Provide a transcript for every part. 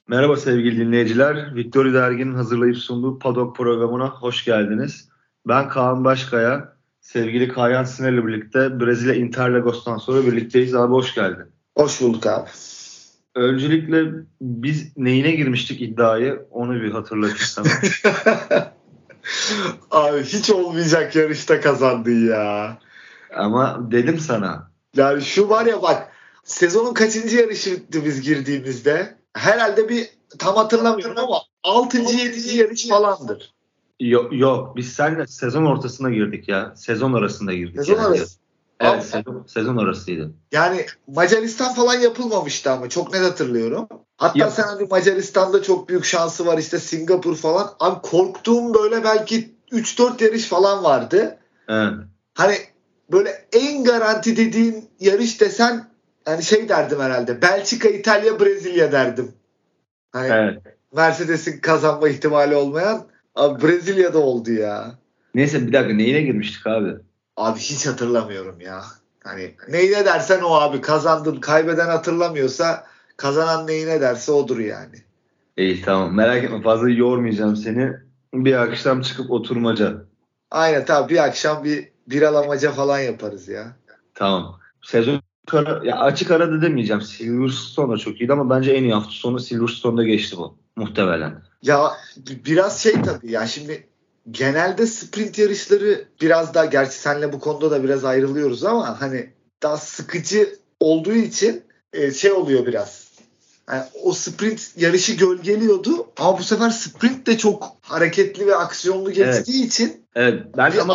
Merhaba sevgili dinleyiciler. Victory Dergi'nin hazırlayıp sunduğu Paddock programına hoş geldiniz. Ben Kaan Başkaya. Sevgili Kayhan Siner'le birlikte Brezilya Interlagos'tan sonra birlikteyiz. Abi hoş geldin. Hoş bulduk abi. Öncelikle biz neyine girmiştik iddiayı? Onu bir hatırlatayım sana. Abi hiç olmayacak yarışta kazandın ya. Ama dedim sana. Yani şu var ya bak, sezonun kaçıncı yarışıydı biz girdiğimizde? Herhalde bir tam hatırlamıyorum ama 6. 7. yarış falandır. Yok biz seninle sezon ortasına girdik ya. Sezon arasında girdik. Sezon yani. arası. Evet sezon arasıydı. Yani Macaristan falan yapılmamıştı ama çok net hatırlıyorum. Hatta sen hani Macaristan'da çok büyük şansı var, işte Singapur falan. Abi korktuğum böyle belki 3-4 yarış falan vardı. Evet. Hani böyle en garanti dediğin yarış desen hani şey derdim herhalde. Belçika, İtalya, Brezilya derdim. Hani Evet. Mercedes'in kazanma ihtimali olmayan. Abi Brezilya'da oldu ya. Neyse bir dakika neyine girmiştik abi? Abi hiç hatırlamıyorum ya. Hani neyine dersen o abi, kazandın. Kaybeden hatırlamıyorsa kazanan neyine derse odur yani. İyi tamam merak etme fazla yormayacağım seni. Bir akşam çıkıp oturmaca. Aynen tabii, bir akşam bir biralamaca falan yaparız ya. Tamam. Sezon ya açık ara da demeyeceğim. Silverstone da çok iyiydi ama bence en iyi hafta sonu Silverstone'da geçti bu. Muhtemelen. Ya biraz şey tabii ya, şimdi genelde sprint yarışları biraz daha, gerçi senle bu konuda da biraz ayrılıyoruz ama hani daha sıkıcı olduğu için şey oluyor biraz. Yani o sprint yarışı gölgeliyordu ama bu sefer sprint de çok hareketli ve aksiyonlu geçtiği için Evet. Ben bir ama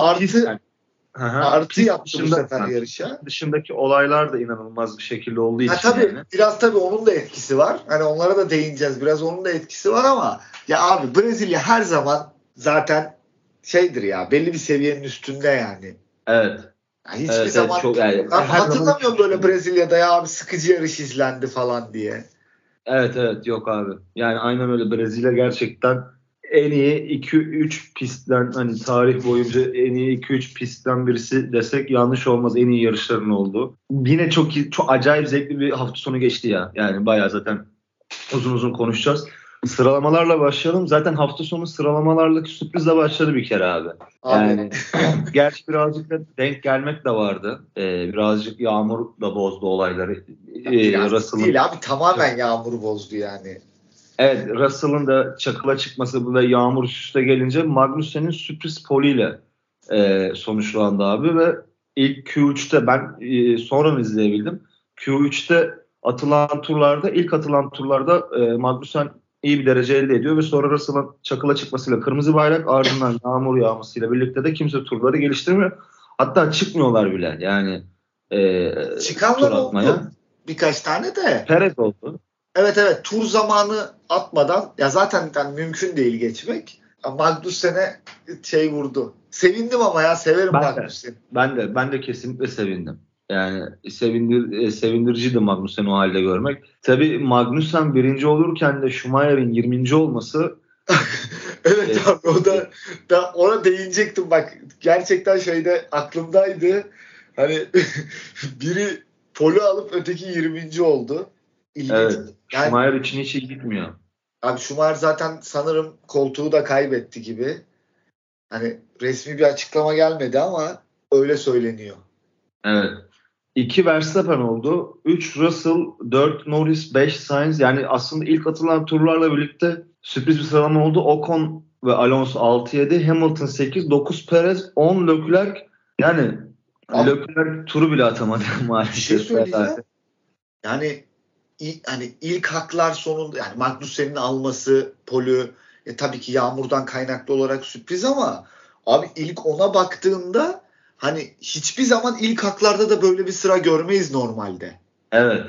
artı yaptı bu sefer yani, yarışa. dışındaki olaylar da inanılmaz bir şekilde olduğu için Tabii yani. biraz tabii onun da etkisi var. Hani onlara da değineceğiz. Biraz onun da etkisi var ama ya abi Brezilya her zaman zaten şeydir ya, belli bir seviyenin üstünde yani. Evet. Yani hiçbir Evet, zaman çok yani ben her zaman hatırlamıyorum böyle Brezilya'da ya abi sıkıcı yarış izlendi falan diye. Evet yok abi. Yani aynen öyle Brezilya gerçekten en iyi 2-3 pistten hani tarih boyunca en iyi 2-3 pistten birisi desek yanlış olmaz, en iyi yarışların olduğu. Yine çok iyi, çok acayip zevkli bir hafta sonu geçti ya. Yani bayağı zaten uzun konuşacağız. Sıralamalarla başlayalım. Zaten hafta sonu sıralamalarla sürprizle başladı bir kere abi. Yani gerçi birazcık da denk gelmek de vardı. Birazcık yağmur da bozdu olayları. Değil abi, tamamen yağmur bozdu yani. Evet, Russell'ın da çakıla çıkması ve yağmur üst üste gelince Magnussen'in sürpriz poliyle sonuçlandı abi ve ilk Q3'te ben sonradan izleyebildim. Q3'te ilk atılan turlarda Magnussen iyi bir derece elde ediyor ve sonra Russell'ın çakıla çıkmasıyla kırmızı bayrak, ardından yağmur yağmasıyla birlikte de kimse turları geliştirmiyor. Hatta çıkmıyorlar bile yani Çıkanlar tur atmaya. oldu birkaç tane de. Perez oldu. Evet tur zamanı atmadan ya zaten yani mümkün değil geçmek. Magnussen'e şey vurdu. Sevindim ama ya, severim Magnussen'i. Ben de kesinlikle sevindim. Yani sevindiriciydi Magnussen'i o halde görmek. Tabii Magnussen birinci olurken de Schumacher'in 20. olması evet abi, o da ona değinecektim bak. Gerçekten şeyde aklımdaydı. Hani biri pole alıp öteki 20. oldu. İlginç. Evet. Yani, Schumacher için hiç iyi gitmiyor. abi Schumacher zaten sanırım koltuğu da kaybetti gibi. Hani resmi bir açıklama gelmedi ama öyle söyleniyor. Evet. 2 Verstappen oldu. 3 Russell, 4 Norris, 5 Sainz. Yani aslında ilk atılan turlarla birlikte sürpriz bir sıralama oldu. Ocon ve Alonso 6-7, Hamilton 8, 9 Perez, 10 Leclerc. Yani Leclerc turu bile atamadı maalesef. Bir şey söyleyeceğim. Yani hani ilk haklar sonunda, yani Magnussen'in alması polü tabii ki yağmurdan kaynaklı olarak sürpriz ama abi ilk ona baktığında hani hiçbir zaman ilk haklarda da böyle bir sıra görmeyiz normalde. Evet.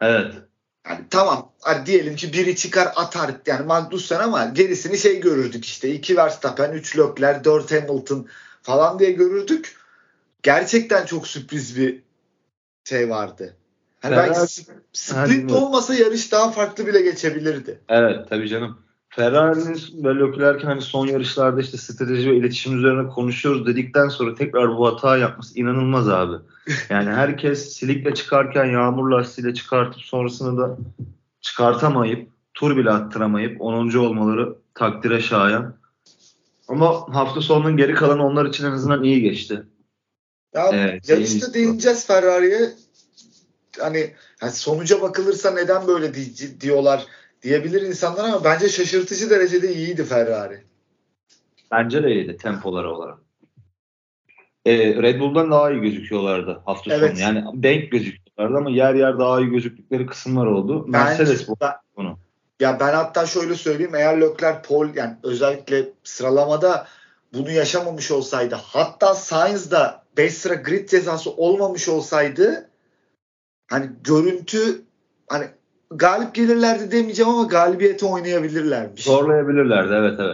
Yani tamam hani diyelim ki biri çıkar atar yani Magnussen, ama gerisini şey görürdük işte 2 Verstappen, 3 Leclerc, 4 Hamilton falan diye görürdük. Gerçekten çok sürpriz bir şey vardı. Hani belki sprint olmasa yarış daha farklı bile geçebilirdi. Evet tabii canım. Ferrari'nin böyle Leclerc'in hani son yarışlarda işte strateji ve iletişim üzerine konuşuyoruz dedikten sonra tekrar bu hata yapması inanılmaz abi. Yani herkes silikle çıkarken yağmur lastiğiyle çıkartıp sonrasında da çıkartamayıp tur bile attıramayıp 10. olmaları takdire şayan. Ama hafta sonunun geri kalanı onlar için en azından iyi geçti. Ya yarışta değineceğiz Ferrari'ye. Hani sonuca bakılırsa neden böyle diyorlar diyebilir insanlar ama bence şaşırtıcı derecede iyiydi Ferrari. Bence de iyiydi tempoları olarak. Red Bull'dan daha iyi gözüküyorlardı hafta sonu. Yani denk gözüküyorlardı ama yer yer daha iyi gözüktükleri kısımlar oldu. Mercedes bunu. Ya ben hatta şöyle söyleyeyim, eğer Leclerc yani özellikle sıralamada bunu yaşamamış olsaydı, hatta Sainz'da 5 sıra grid cezası olmamış olsaydı, hani görüntü, hani galip gelirlerdi demeyeceğim ama galibiyete oynayabilirlermiş. Zorlayabilirlerdi, evet.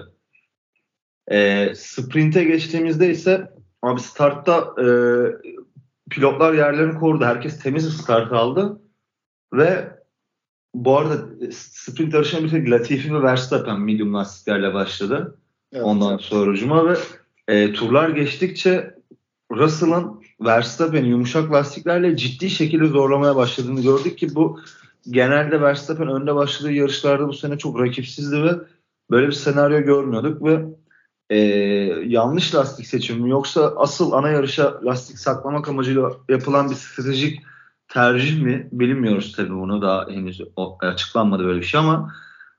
Sprint'e geçtiğimizde ise abi startta pilotlar yerlerini korudu. Herkes temiz bir start aldı ve bu arada sprint yarışına bir tek Latifi ve Verstappen medium lastiklerle başladı. Evet. Ondan sonracıma ve turlar geçtikçe Russell'ın Verstappen'i yumuşak lastiklerle ciddi şekilde zorlamaya başladığını gördük ki bu genelde Verstappen önde başladığı yarışlarda bu sene çok rakipsizdi ve böyle bir senaryo görmüyorduk ve yanlış lastik seçimi yoksa asıl ana yarışa lastik saklamak amacıyla yapılan bir stratejik tercih mi bilmiyoruz tabii, bunu daha henüz açıklanmadı böyle bir şey ama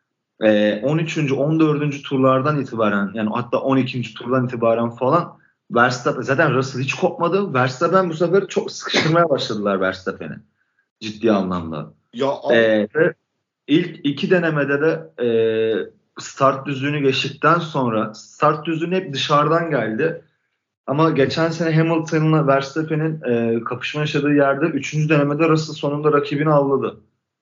13. 14. turlardan itibaren, yani hatta 12. turdan itibaren falan Verstappen, zaten Russell hiç kopmadı. Verstappen bu sefer çok sıkıştırmaya başladılar Verstappen'i ciddi anlamda. Ya ve ilk 2 denemede de start düzlüğünü geçtikten sonra start düzlüğü hep dışarıdan geldi. Ama geçen sene Hamilton'la Verstappen'in kapışma yaşadığı yerde 3. denemede Russell sonunda rakibini avladı.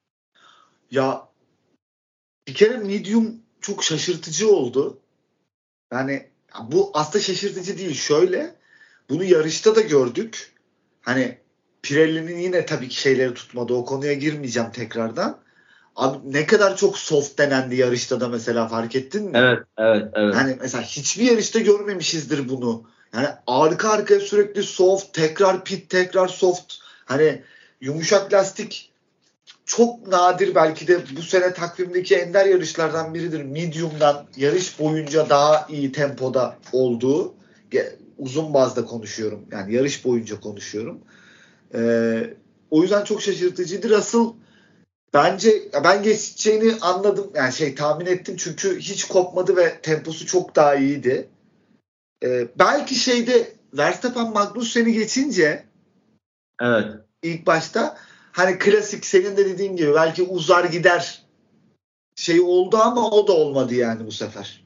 Ya bir kere medium çok şaşırtıcı oldu. Yani bu aslında şaşırtıcı değil. Şöyle, bunu yarışta da gördük. Hani Pirelli'nin yine tabii ki şeyleri tutmadı. O konuya girmeyeceğim tekrardan. Abi ne kadar çok soft denendi yarışta da, mesela fark ettin mi? Evet. Yani mesela hiçbir yarışta görmemişizdir bunu. Yani arka arkaya sürekli soft, tekrar pit, tekrar soft. Hani yumuşak lastik çok nadir, belki de bu sene takvimdeki ender yarışlardan biridir. Medium'dan yarış boyunca daha iyi tempoda olduğu, uzun bazda konuşuyorum. Yani yarış boyunca konuşuyorum. O yüzden çok şaşırtıcıydı. Russell bence, ben geçeceğini anladım. Yani tahmin ettim çünkü hiç kopmadı ve temposu çok daha iyiydi. Belki Verstappen Magnussen'i geçince, evet, ilk başta hani klasik senin de dediğin gibi belki uzar gider oldu ama o da olmadı yani bu sefer.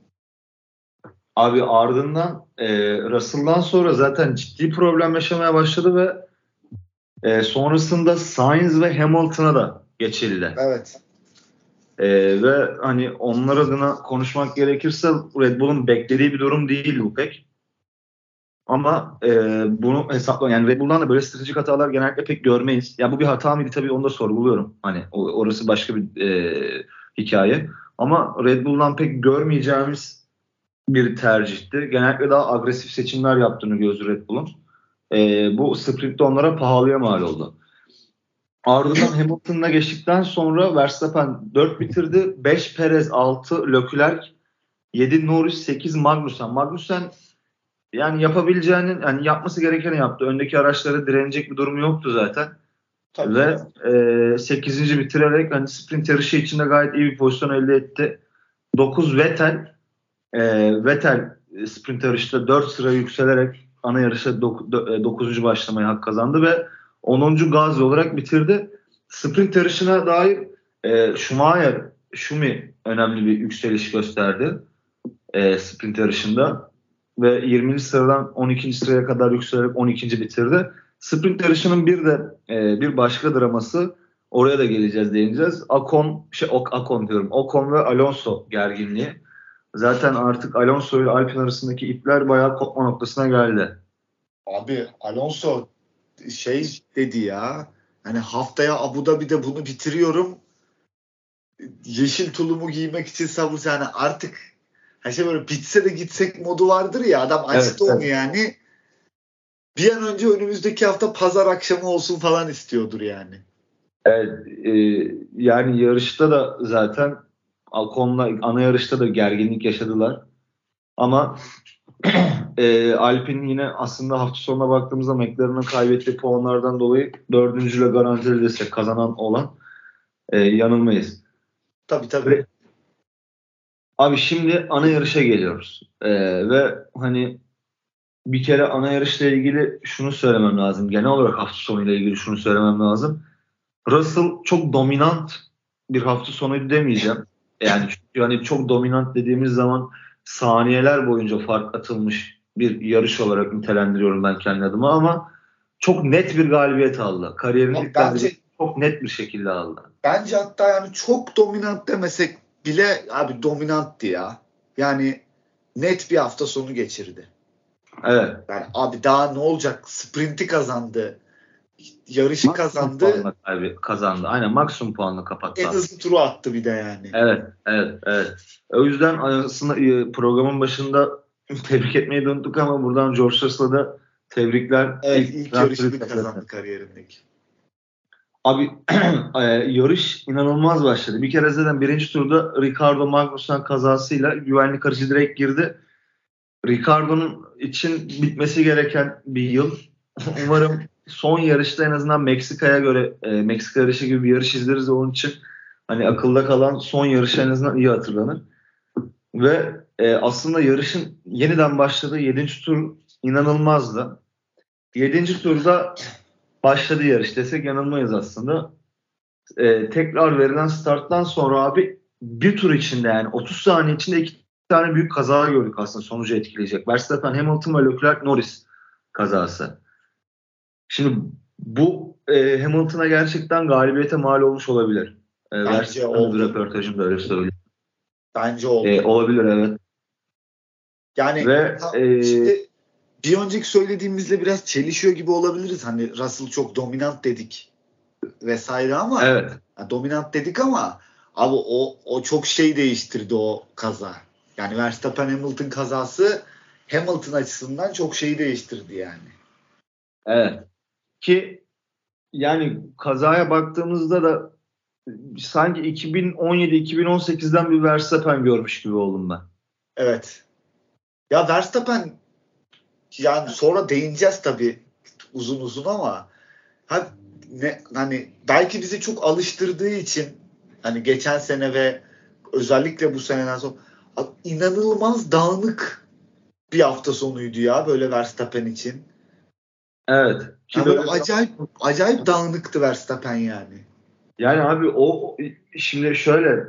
Abi ardından Russell'dan sonra zaten ciddi problem yaşamaya başladı ve sonrasında Sainz ve Hamilton'a da geçildi. Evet. Ve hani onlar adına konuşmak gerekirse Red Bull'un beklediği bir durum değil bu pek. Ama bunu yani Red Bull'dan da böyle stratejik hatalar genellikle pek görmeyiz. Ya bu bir hata mıydı tabii, onu da sorguluyorum. Hani orası başka bir hikaye. Ama Red Bull'dan pek görmeyeceğimiz bir tercihti. Genellikle daha agresif seçimler yaptığını gözü Red Bull'un. Bu sprint'te onlara pahalıya mal oldu. Ardından Hamilton'la geçtikten sonra Verstappen 4 bitirdi. 5 Perez, 6 Leclerc, 7 Norris, 8 Magnussen. Magnussen yani yapabileceğinin, yani yapması gerekeni yaptı. Öndeki araçlara direnecek bir durumu yoktu zaten. Tabii. Ve 8. bitirerek hani sprint yarışı içinde gayet iyi bir pozisyon elde etti. 9 Vettel. Vettel sprint yarışta 4 sıra yükselerek ana yarışa 9. başlamaya hak kazandı ve 10. Gazi olarak bitirdi. Sprint yarışına dair Schumi önemli bir yükseliş gösterdi sprint yarışında ve 20. sıradan 12. sıraya kadar yükselerek 12. bitirdi. Sprint yarışının bir başka draması, oraya da değineceğiz. Ocon ve Alonso gerginliği. Zaten artık Alonso ile Alpine arasındaki ipler bayağı kopma noktasına geldi. Abi Alonso dedi ya, hani haftaya Abu Dhabi'de bunu bitiriyorum, yeşil tulumu giymek için sabır, yani artık böyle bitse de gitsek modu vardır ya, adam açtı onu yani. Bir an önce önümüzdeki hafta pazar akşamı olsun falan istiyordur yani. Evet, yani yarışta da zaten Alcon'la ana yarışta da gerginlik yaşadılar. Ama Alpine'in yine aslında hafta sonuna baktığımızda McLaren'ın kaybettiği puanlardan dolayı dördüncüyle garantili desek kazanan olan yanılmayız. Tabii. Abi şimdi ana yarışa geliyoruz. Ve hani bir kere ana yarışla ilgili şunu söylemem lazım. Genel olarak hafta sonuyla ilgili şunu söylemem lazım. Russell çok dominant bir hafta sonuydu demeyeceğim. Yani çünkü hani çok dominant dediğimiz zaman saniyeler boyunca fark atılmış bir yarış olarak nitelendiriyorum ben kendi adıma ama çok net bir galibiyet aldı. Kariyerinin ilk galibiyeti çok net bir şekilde aldı. Bence hatta yani çok dominant demesek bile abi dominanttı ya. Yani net bir hafta sonu geçirdi. Evet. Yani abi daha ne olacak? Sprinti kazandı. Yarışı maksimum kazandı. Kazandı. Aynen maksimum puanla kapattı. En hızlı turu attı bir de yani. Evet. O yüzden aslında programın başında tebrik etmeyi unuttuk ama buradan George Russell'a da tebrikler. Evet, ilk yarışını kazandı kariyerindeki. Abi yarış inanılmaz başladı. Bir kere zaten birinci turda Ricardo Magnussen kazasıyla güvenlik aracı direkt girdi. Ricardo'nun için bitmesi gereken bir yıl. Umarım son yarışta en azından Meksika'ya göre Meksika yarışı gibi bir yarış izleriz. Onun için hani akılda kalan son yarışı en azından iyi hatırlanır. Ve aslında yarışın yeniden başladığı 7. tur inanılmazdı. 7. turda başladı yarış desek yanılmayız aslında. Tekrar verilen starttan sonra abi bir tur içinde yani 30 saniye içinde 2 tane büyük kaza gördük aslında sonucu etkileyecek. Verstappen, Hamilton ve Leclerc Norris kazası. Şimdi bu Hamilton'a gerçekten galibiyete mal olmuş olabilir. Bence oldu. Bir röportajımda öyle söylüyor. Bence oldu. Olabilir evet. Yani ve, şimdi bir önceki söylediğimizle biraz çelişiyor gibi olabiliriz. Hani Russell çok dominant dedik vesaire ama evet. Dominant dedik ama abi o çok şey değiştirdi o kaza. Yani Verstappen Hamilton kazası Hamilton açısından çok şeyi değiştirdi yani. Evet. Ki yani kazaya baktığımızda da sanki 2017-2018'den bir Verstappen görmüş gibi oldum ben. Evet. Ya Verstappen yani sonra değineceğiz tabii uzun ama hani belki bizi çok alıştırdığı için hani geçen sene ve özellikle bu seneden sonra inanılmaz dağınık bir hafta sonuydu ya böyle Verstappen için. Evet. Ki böyle acayip dağınıktı Verstappen yani. Yani abi o şimdi şöyle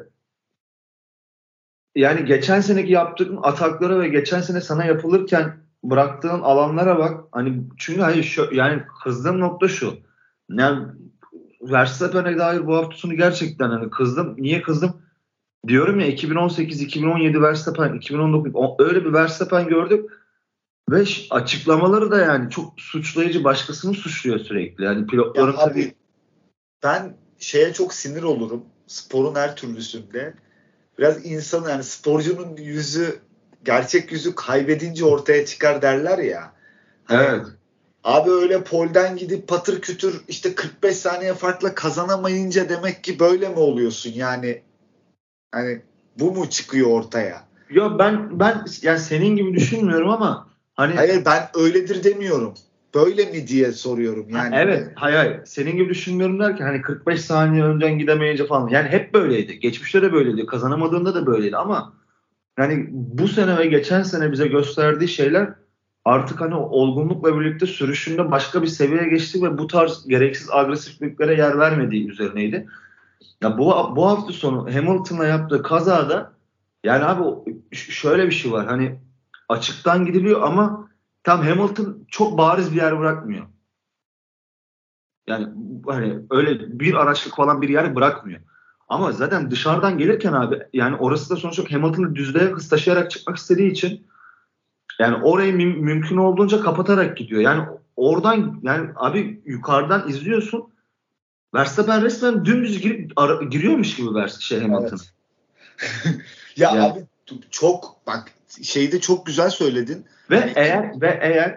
yani geçen seneki yaptığın ataklara ve geçen sene sana yapılırken bıraktığın alanlara bak. Hani çünkü hayır yani kızdığım nokta şu. Yani Verstappen'e dair bu hafta sonu gerçekten hani kızdım. Niye kızdım? Diyorum ya 2018-2017 Verstappen, 2019 öyle bir Verstappen gördük ve açıklamaları da yani çok suçlayıcı, başkasını suçluyor sürekli. Yani pilotların tabii ben şeye çok sinir olurum. Sporun her türlüsünde. Biraz insan yani sporcunun gerçek yüzü kaybedince ortaya çıkar derler ya. Hani, evet. Abi öyle polden gidip patır kütür işte 45 saniye farkla kazanamayınca demek ki böyle mi oluyorsun yani? Hani bu mu çıkıyor ortaya? Ya ben yani senin gibi düşünmüyorum ama hani hayır ben öyledir demiyorum. Böyle mi diye soruyorum yani. Evet, hayır. Senin gibi düşünmüyorum derken hani 45 saniye önden gidemeyince falan. Yani hep böyleydi. Geçmişte de böyleydi. Kazanamadığında da böyleydi ama yani bu sene ve geçen sene bize gösterdiği şeyler artık hani olgunlukla birlikte sürüşünde başka bir seviyeye geçti ve bu tarz gereksiz agresifliklere yer vermediği üzerineydi. Ya bu hafta sonu Hamilton'la yaptığı kazada yani abi şöyle bir şey var. Hani açıktan gidiliyor ama tam Hamilton çok bariz bir yer bırakmıyor. Yani hani öyle bir araçlık falan bir yer bırakmıyor. Ama zaten dışarıdan gelirken abi yani orası da sonuçta Hamilton'ı düzlüğe hız taşıyarak çıkmak istediği için yani orayı mümkün olduğunca kapatarak gidiyor. Yani oradan yani abi yukarıdan izliyorsun. Verstappen resmen dümdüz giriyormuş gibi Hamilton. Evet. ya abi çok bak şeyde çok güzel söyledin. Ve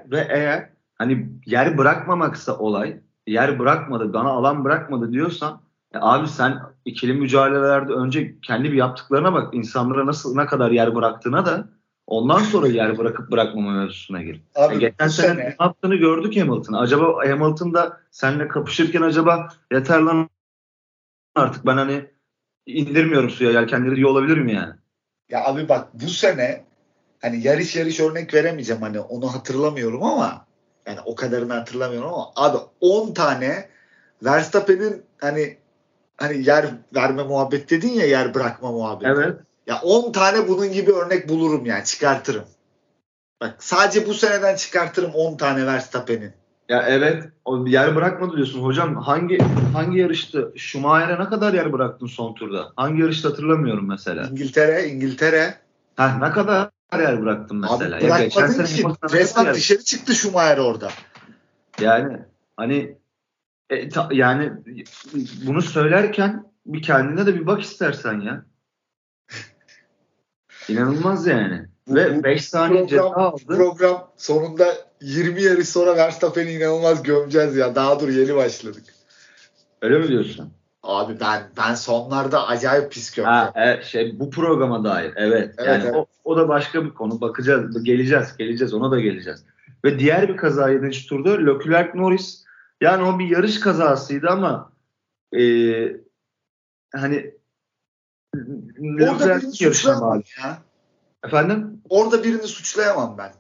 eğer hani yer bırakmamaksa olay, yer bırakmadı, bana alan bırakmadı diyorsan Abi sen ikili mücadelelerde önce kendi bir yaptıklarına bak. İnsanlara ne kadar yer bıraktığına da ondan sonra yer bırakıp bırakmama mevzusuna gir. Abi Geçen bu sene sene ne yaptığını gördük Hamilton'ı. Acaba Hamilton'da seninle kapışırken acaba yeter lan artık ben hani indirmiyorum suya yelkenleri diyor olabilir mi yani? ya abi bak bu sene hani yarış örnek veremeyeceğim, hani onu hatırlamıyorum ama yani o kadarını hatırlamıyorum ama abi 10 tane Verstappen'in hani yer verme muhabbet dedin ya, yer bırakma muhabbeti. Evet. Ya 10 tane bunun gibi örnek bulurum yani, çıkartırım. Bak sadece bu seneden çıkartırım 10 tane Verstappen'in. Ya evet. O yer bırakmadı diyorsun hocam. Hangi yarıştı? Schumacher'e ne kadar yer bıraktın son turda? Hangi yarışta hatırlamıyorum mesela. İngiltere. Ne kadar yer bıraktın mesela? Abi Ya geçen bırakmadın sene ki. Hamilton'a ne kadar Resmen yer dışarı çıktı Schumacher orada. yani hani yani bunu söylerken bir kendine de bir bak istersen ya. İnanılmaz yani. Ve 5 saniye ceza aldı. Program sonunda 20 yarış sonra Verstappen'i inanılmaz gömeceğiz ya. Daha dur yeni başladık. Öyle mi diyorsun? Abi ben sonlarda acayip pis gömeceğim. Bu programa dair. Evet. Evet, Yani evet. o da başka bir konu. Bakacağız. Geleceğiz. Ona da geleceğiz. Ve diğer bir kaza 7. turda Leclerc Norris. Yani o bir yarış kazasıydı ama hani Orada Leclerc birini yarışına suçlayamam mal. ya. Efendim? Orada birini suçlayamam ben.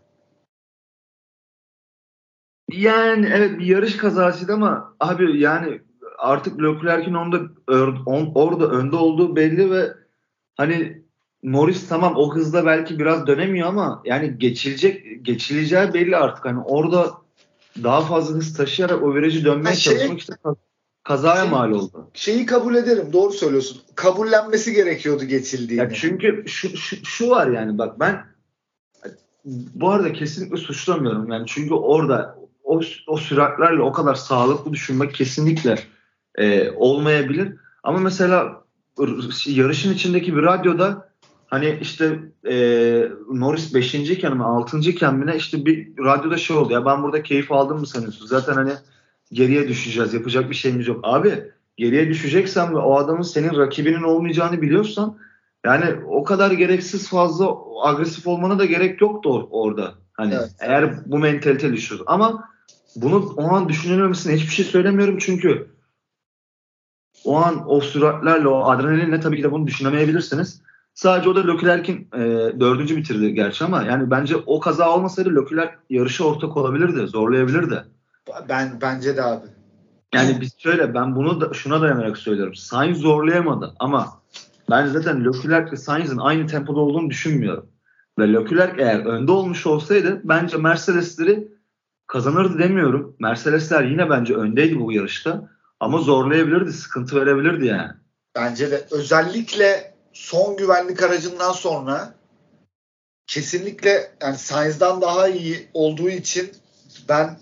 Yani evet bir yarış kazasıydı ama abi yani artık Leclerc'in orada önde olduğu belli ve hani Norris tamam o hızda belki biraz dönemiyor ama yani geçileceği belli artık. Hani orada daha fazla hız taşıyarak o virajı Ha, dönmeye çalışmak işte kazaya şey, mal oldu. şeyi kabul ederim. Doğru söylüyorsun. Kabullenmesi gerekiyordu Ya geçildiğini. çünkü şu var yani bak ben bu arada kesinlikle suçlamıyorum. Yani çünkü orada o süratlerle o kadar sağlıklı düşünmek kesinlikle olmayabilir. Ama mesela yarışın içindeki bir radyoda hani işte Norris 5. iken mi 6. iken mi ne işte bir radyoda şey oldu ya ben burada keyif aldım mı sanıyorsun? Zaten hani geriye düşeceğiz. Yapacak bir şeyimiz yok. Abi geriye düşeceksen ve o adamın senin rakibinin olmayacağını biliyorsan yani o kadar gereksiz fazla agresif olmana da gerek yoktu orada. Hani Evet. eğer bu mentalite düşüyor. Ama bunu o an düşünülmemesine hiçbir şey söylemiyorum çünkü o an o süratlerle o adrenalinle tabii ki de bunu düşünemeyebilirsiniz. Sadece o da Leclerc'in 4. bitirdi gerçi ama yani bence o kaza olmasaydı Leclerc yarışa ortak olabilirdi, zorlayabilirdi. Bence de abi. Yani ben bunu da şuna dayanarak söylüyorum. Sainz zorlayamadı ama ben zaten Leclerc ve Sainz'in aynı tempoda olduğunu düşünmüyorum. Ve Leclerc eğer önde olmuş olsaydı bence Mercedes'leri kazanırdı demiyorum. Mercedesler yine bence öndeydi bu yarışta. Ama zorlayabilirdi, sıkıntı verebilirdi yani. Bence de özellikle son güvenlik aracından sonra kesinlikle yani Sainz'dan daha iyi olduğu için ben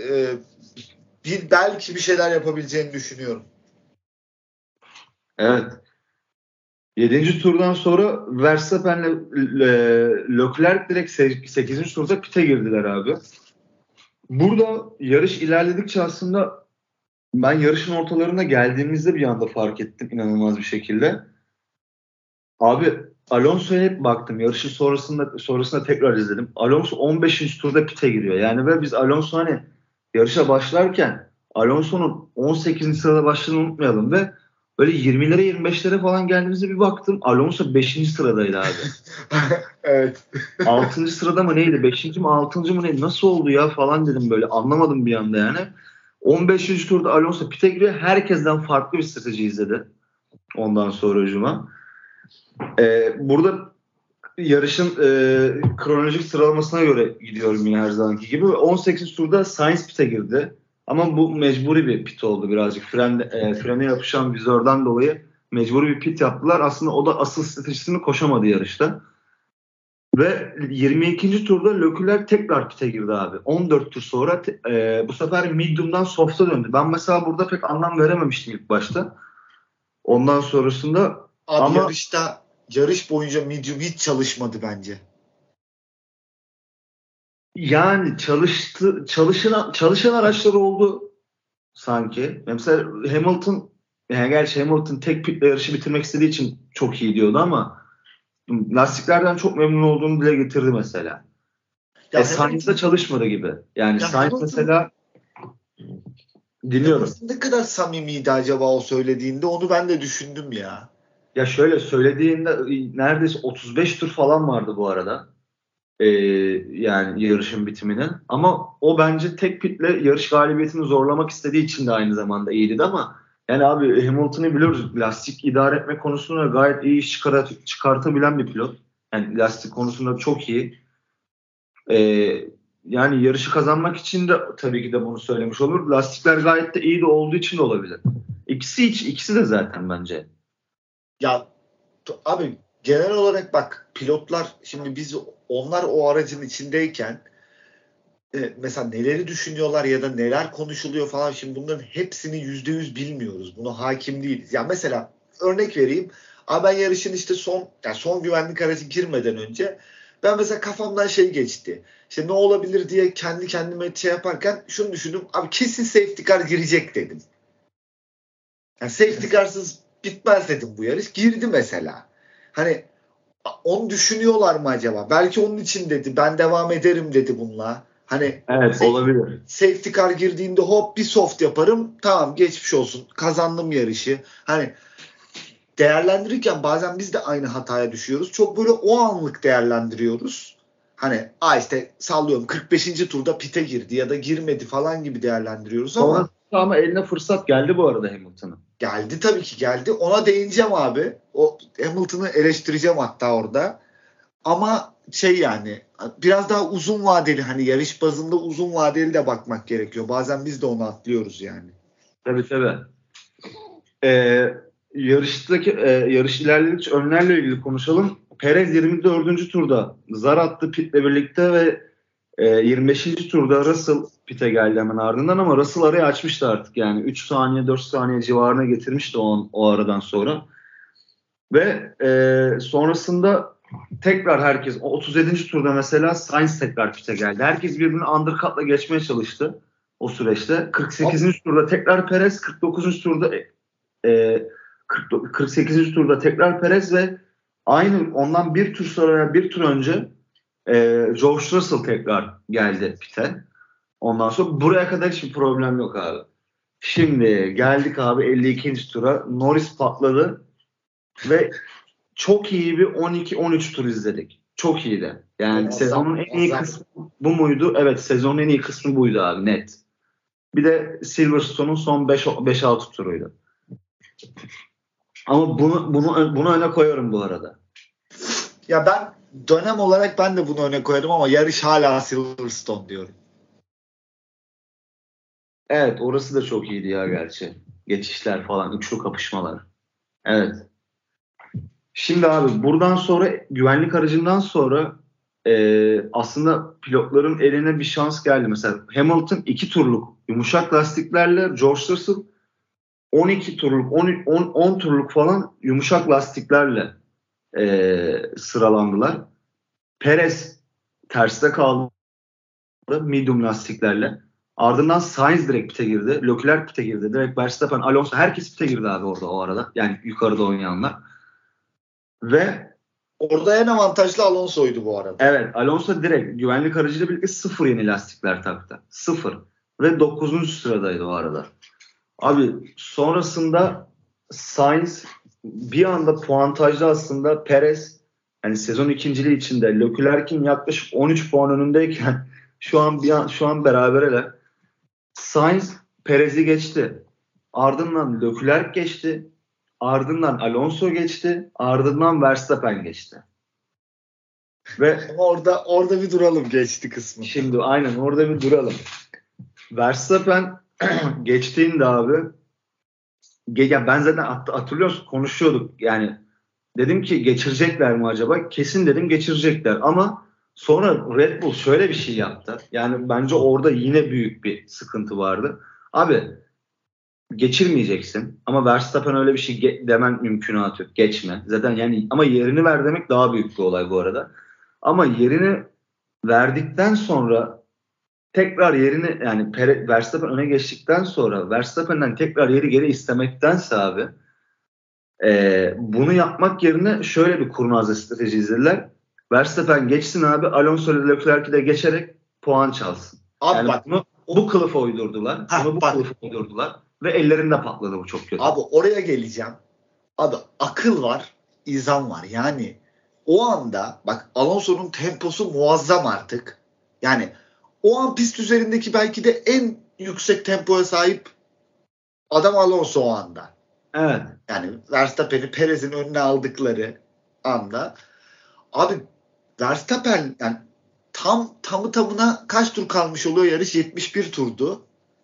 belki bir şeyler yapabileceğini düşünüyorum. Evet. 7. turdan sonra Verstappen'le Leclerc direkt 8. turda pite girdiler abi. Burada yarış ilerledikçe aslında ben yarışın ortalarına geldiğimizde bir anda fark ettim inanılmaz bir şekilde. Abi Alonso'ya hep baktım. Yarışın sonrasında tekrar izledim. Alonso 15. turda pite giriyor. Yani ve biz Alonso hani yarışa başlarken Alonso'nun 18. sırada başladığını unutmayalım ve böyle 20'lere 25'lere falan geldiğimizde bir baktım Alonso 5. sıradaydı abi. Evet. 6. sırada mı neydi? 5. mi 6. mı neydi? Nasıl oldu ya falan dedim böyle. Anlamadım bir anda yani. 15. turda Alonso pite giriyor. Herkesten farklı bir strateji izledi. Ondan sonra hücuma. Burada yarışın kronolojik sıralamasına göre gidiyorum yine her zamanki gibi. 18 turda Sainz pit'e girdi. Ama bu mecburi bir pit oldu birazcık. Frene yapışan vizörden dolayı mecburi bir pit yaptılar. Aslında o da asıl stratejisini koşamadı yarışta. Ve 22. turda Leclerc tekrar pit'e girdi abi. 14 tur sonra bu sefer medium'dan soft'a döndü. Ben mesela burada pek anlam verememiştim ilk başta. Ondan sonrasında Abi ama yarış boyunca medium hiç çalışmadı bence. yani çalışan araçlar oldu sanki. Mesela Hamilton yani gerçi Hamilton tek pitle yarışı bitirmek istediği için çok iyi diyordu ama lastiklerden çok memnun olduğunu dile getirdi mesela. Sainz'da çalışmadı gibi. Yani Sainz mesela dinliyorum. Ne kadar samimiydi acaba o söylediğinde, onu ben de düşündüm ya. Ya şöyle söylediğinde neredeyse 35 tur falan vardı bu arada. Yani yarışın bitimine. Ama o bence tek pitle yarış galibiyetini zorlamak istediği için de aynı zamanda iyiydi ama yani abi Hamilton'ı biliyoruz. Lastik idare etme konusunda gayet iyi iş çıkartabilen bir pilot. Yani lastik konusunda çok iyi. Yani yarışı kazanmak için de tabii ki de bunu söylemiş olur. Lastikler gayet de iyi de olduğu için de olabilir. İkisi de zaten bence. Ya abi genel olarak bak, pilotlar şimdi onlar o aracın içindeyken mesela neleri düşünüyorlar ya da neler konuşuluyor falan, şimdi bunların hepsini %100 bilmiyoruz. Buna hakim değiliz. Ya mesela örnek vereyim. Abi ben yarışın işte son güvenlik aracı girmeden önce ben mesela kafamdan şey geçti. İşte ne olabilir diye kendi kendime şey yaparken şunu düşündüm. Abi kesin safety car girecek dedim. Yani safety carsız bitmez dedim bu yarış. Girdi mesela. Hani onu düşünüyorlar mı acaba? Belki onun için dedi. Ben devam ederim dedi bununla. Hani evet, olabilir. Safety car girdiğinde hop bir soft yaparım. Tamam, geçmiş olsun. Kazandım yarışı. Hani değerlendirirken bazen biz de aynı hataya düşüyoruz. Çok böyle o anlık değerlendiriyoruz. Hani işte sallıyorum 45. turda pite girdi ya da girmedi falan gibi değerlendiriyoruz ama eline fırsat geldi bu arada Hamilton'ın. Geldi tabii ki geldi. Ona değineceğim abi. O Hamilton'ı eleştireceğim hatta orada. Ama yani biraz daha uzun vadeli, hani yarış bazında uzun vadeli de bakmak gerekiyor. Bazen biz de onu atlıyoruz yani. Tabii. Yarış ilerledikçe önlerle ilgili konuşalım. Perez 24. turda zar attı pitle birlikte ve 25. turda Russell pite geldi hemen ardından ama Russell arayı açmıştı artık yani 3 saniye 4 saniye civarına getirmişti o aradan sonra. Ve sonrasında tekrar herkes 37. turda mesela Sainz tekrar pite geldi. Herkes birbirini undercut'la geçmeye çalıştı o süreçte. 48. turda tekrar Perez, 49. turda 48. turda tekrar Perez ve aynı ondan bir tur sonra bir tur önce George Russell tekrar geldi pite. Ondan sonra buraya kadar hiçbir problem yok abi. Şimdi geldik abi 52. tura. Norris patladı ve çok iyi bir 12-13 tur izledik. Çok iyiydi. Yani sezonun en iyi kısmı bu muydu? Evet, sezonun en iyi kısmı buydu abi, net. Bir de Silverstone'un son 5-6 turuydu. Ama bunu öne koyuyorum bu arada. Ya ben dönem olarak ben de bunu öne koyarım ama yarış hala Silverstone diyorum. Evet, orası da çok iyiydi ya gerçi. Geçişler falan, üçlü kapışmalar. Evet. Şimdi abi buradan sonra güvenlik aracından sonra aslında pilotların eline bir şans geldi. Mesela Hamilton 2 turluk yumuşak lastiklerle, George Russell 12 turluk 10 turluk falan yumuşak lastiklerle sıralandılar. Perez terste kaldı medium lastiklerle. Ardından Sainz direkt pite girdi. Leclerc pite girdi. Direkt Verstappen, Alonso, herkes pite girdi abi orada o arada. Yani yukarıda oynayanlar. Ve orada en avantajlı Alonso'ydu bu arada. Evet, Alonso direkt güvenlik aracıyla birlikte 0 yeni lastikler taktı. 0. Ve 9. sıradaydı o arada. Abi sonrasında Sainz bir anda puantajda aslında Perez, yani sezon ikinciliği içinde Leclerc'in yaklaşık 13 puan önündeyken şu an beraberler. Sainz Perez'i geçti. Ardından Leclerc geçti. Ardından Alonso geçti. Ardından Verstappen geçti. Ve orada bir duralım geçti kısmı. Şimdi aynen orada bir duralım. Verstappen geçtiğinde abi ben zaten hatırlıyorsun konuşuyorduk yani, dedim ki geçirecekler mi acaba? Kesin dedim geçirecekler ama sonra Red Bull şöyle bir şey yaptı. Yani bence orada yine büyük bir sıkıntı vardı. Abi geçirmeyeceksin ama Verstappen öyle bir şey demen mümkünatı yok. Geçme. Zaten yani ama yerini ver demek daha büyük bir olay bu arada. Ama yerini verdikten sonra tekrar yerini yani Verstappen öne geçtikten sonra Verstappen'den tekrar yeri geri istemektense abi bunu yapmak yerine şöyle bir kurnazca strateji izlediler. Verstappen geçsin abi, Alonso ile Leclerc'i de geçerek puan çalsın. Abi yani bak, bunu bu kılıfa uydurdular. Kılıfa uydurdular ve ellerinde patladı bu çok kötü. Abi oraya geleceğim. Abi akıl var, izan var. Yani o anda bak, Alonso'nun temposu muazzam artık. Yani o an pist üzerindeki belki de en yüksek tempoya sahip adam Alonso o anda. Evet. Yani Verstappen'i Perez'in önüne aldıkları anda. Abi Verstappen yani tamı tamına kaç tur kalmış oluyor yarış? 71 turdu.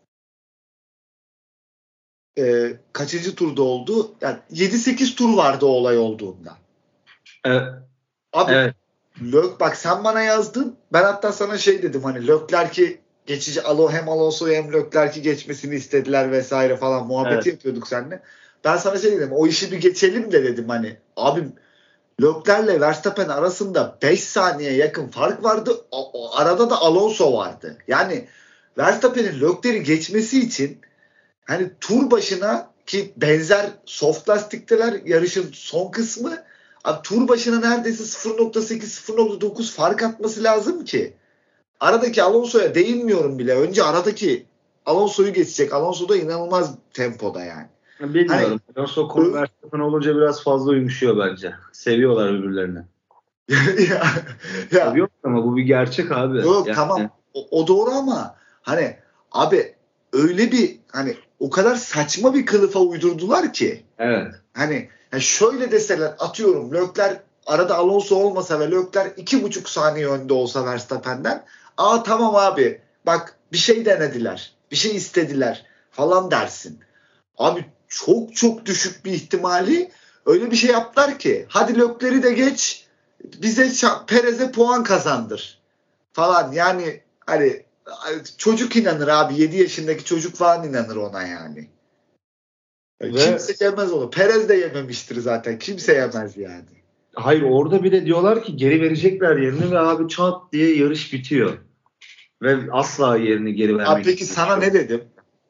Kaçıncı turda oldu? Yani 7-8 tur vardı o olay olduğunda. Evet. Abi evet. Bak sen bana yazdın. Ben hatta sana şey dedim, hani Leclerc'i geçici hem Alonso'yu hem Leclerc'i geçmesini istediler vesaire falan muhabbeti yapıyorduk seninle. Ben sana şey dedim, o işi bir geçelim de dedim hani. Abi Leclerc'le Verstappen arasında 5 saniye yakın fark vardı. O arada da Alonso vardı. Yani Verstappen'in Leclerc'i geçmesi için hani tur başına, ki benzer soft lastikteler yarışın son kısmı, abi tur başına neredeyse 0.8-0.9 fark atması lazım ki. Aradaki Alonso'ya değinmiyorum bile. Önce aradaki Alonso'yu geçecek. Alonso da inanılmaz tempoda yani. Bilmiyorum. Alonso konu Verstappen olunca biraz fazla yumuşuyor bence. Seviyorlar birbirlerini. ya. Seviyorlar ama bu bir gerçek abi. Yok yani. Tamam. O doğru ama hani abi öyle bir hani o kadar saçma bir kılıfa uydurdular ki. Evet. Hani yani şöyle deseler, atıyorum Leclerc arada Alonso olmasa ve Leclerc 2,5 saniye önde olsa Verstappen'den, tamam abi bak bir şey denediler, bir şey istediler falan dersin. Abi çok çok düşük bir ihtimali öyle bir şey yaptılar ki, hadi Leclerc'i de geç, bize Perez'e puan kazandır falan. Yani hani çocuk inanır abi, 7 yaşındaki çocuk falan inanır ona yani. Kimse yemez onu. Perez de yememiştir zaten. Kimse yemez yani. Hayır, orada bir de diyorlar ki geri verecekler yerini ve abi çat diye yarış bitiyor. Ve asla yerini geri vermek. Peki sana ne dedim?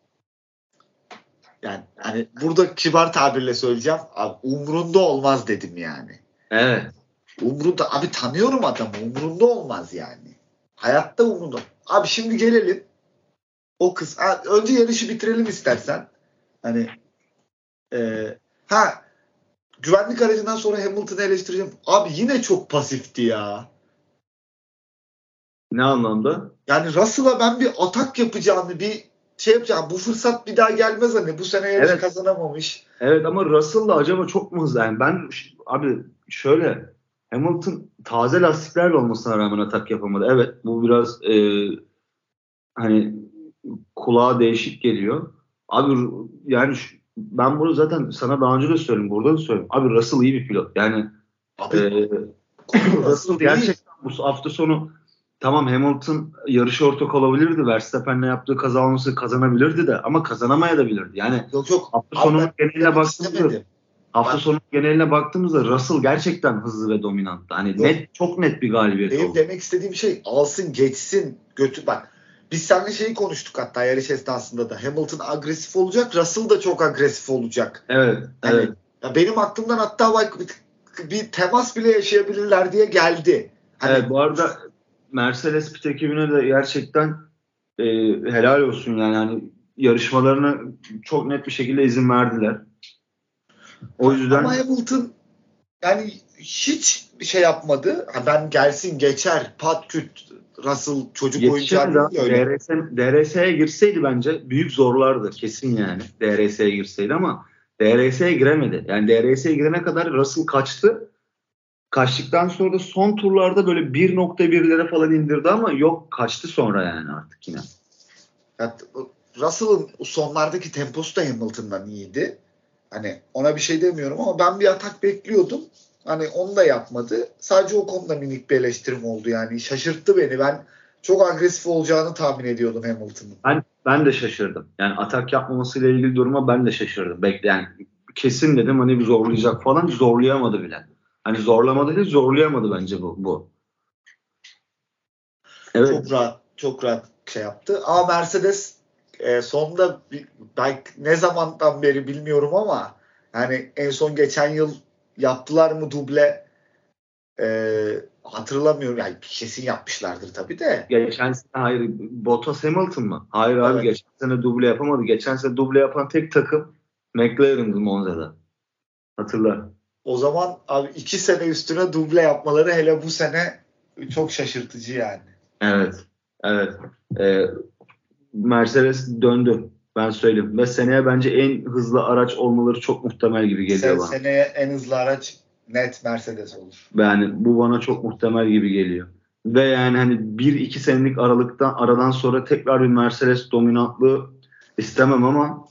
Yani hani burada kibar tabirle söyleyeceğim. Abi umrunda olmaz dedim yani. Evet. Umrunda. Abi tanıyorum adamı. Umrunda olmaz yani. Hayatta umrunda. Abi şimdi gelelim. O kız. Önce yarışı bitirelim istersen. Hani güvenlik aracından sonra Hamilton'ı eleştireceğim. Abi yine çok pasifti ya. Ne anlamda? Yani Russell'a ben bir atak yapacağını, bir şey yapacağım. Bu fırsat bir daha gelmez hani. Bu sene yarış kazanamamış. Evet ama Russell'la acaba çok mu hızlı? Yani ben abi şöyle, Hamilton taze lastiklerle olmasına rağmen atak yapamadı. Evet, bu biraz hani kulağa değişik geliyor. Abi yani ben bunu zaten sana daha önce de söyledim. Burada da söyledim. Abi Russell iyi bir pilot. Yani Russell gerçekten bu hafta sonu tamam, Hamilton yarışa ortak olabilirdi. Verstappen'le yaptığı kaza olması kazanabilirdi de ama kazanamayabilirdi. Yani yok. Hafta sonunun geneline baktığımızda Russell gerçekten hızlı ve dominanttı. Hani çok net bir galibiyet oldu. Benim demek istediğim şey, alsın geçsin götü bak. Biz seninle şeyi konuştuk hatta yarış esnasında da. Hamilton agresif olacak, Russell da çok agresif olacak. Evet. Ya benim aklımdan hatta bak bir temas bile yaşayabilirler diye geldi. Evet, bu arada Mercedes pit ekibine de gerçekten helal olsun yani. Hani yarışmalarına çok net bir şekilde izin verdiler. O yüzden ama Hamilton yani hiç bir şey yapmadı. Ben gelsin geçer pat küt Russell çocuk oyuncağı değil öyle. DRS'ye girseydi bence büyük zorlardı kesin yani. DRS'ye girseydi ama DRS'ye giremedi. Yani DRS'ye girene kadar Russell kaçtı. Kaçtıktan sonra da son turlarda böyle 1.1'lere falan indirdi ama yok, kaçtı sonra yani artık yine. Yani Russell'ın sonlardaki temposu da Hamilton'dan iyiydi. Hani ona bir şey demiyorum ama ben bir atak bekliyordum. Hani onu da yapmadı. Sadece o konuda minik bir eleştirim oldu yani. Şaşırttı beni. Ben çok agresif olacağını tahmin ediyordum Hamilton'ın. Ben de şaşırdım. Yani atak yapmamasıyla ilgili duruma ben de şaşırdım. Yani kesin dedim hani bir zorlayacak falan, zorlayamadı bile. Hani zorlamadı değil, zorlayamadı bence bu. Evet. Çok rahat. şey yaptı. Ama Mercedes sonunda belki ne zamandan beri bilmiyorum ama yani en son geçen yıl yaptılar mı duble hatırlamıyorum. Yani kesin yapmışlardır tabii de. Geçen sene hayır, Bottas Hamilton mı? Hayır abi, Evet. geçen sene duble yapamadı. Geçen sene duble yapan tek takım McLaren'dı Monza'da. Hatırla. O zaman abi 2 sene üstüne duble yapmaları hele bu sene çok şaşırtıcı yani. Evet. Evet. Mercedes döndü. Ben söyleyeyim. Ve seneye bence en hızlı araç olmaları çok muhtemel gibi geliyor bana. Seneye en hızlı araç net Mercedes olur. Yani bu bana çok muhtemel gibi geliyor. Ve yani hani 1-2 senelik aradan sonra tekrar bir Mercedes dominantlığı istemem ama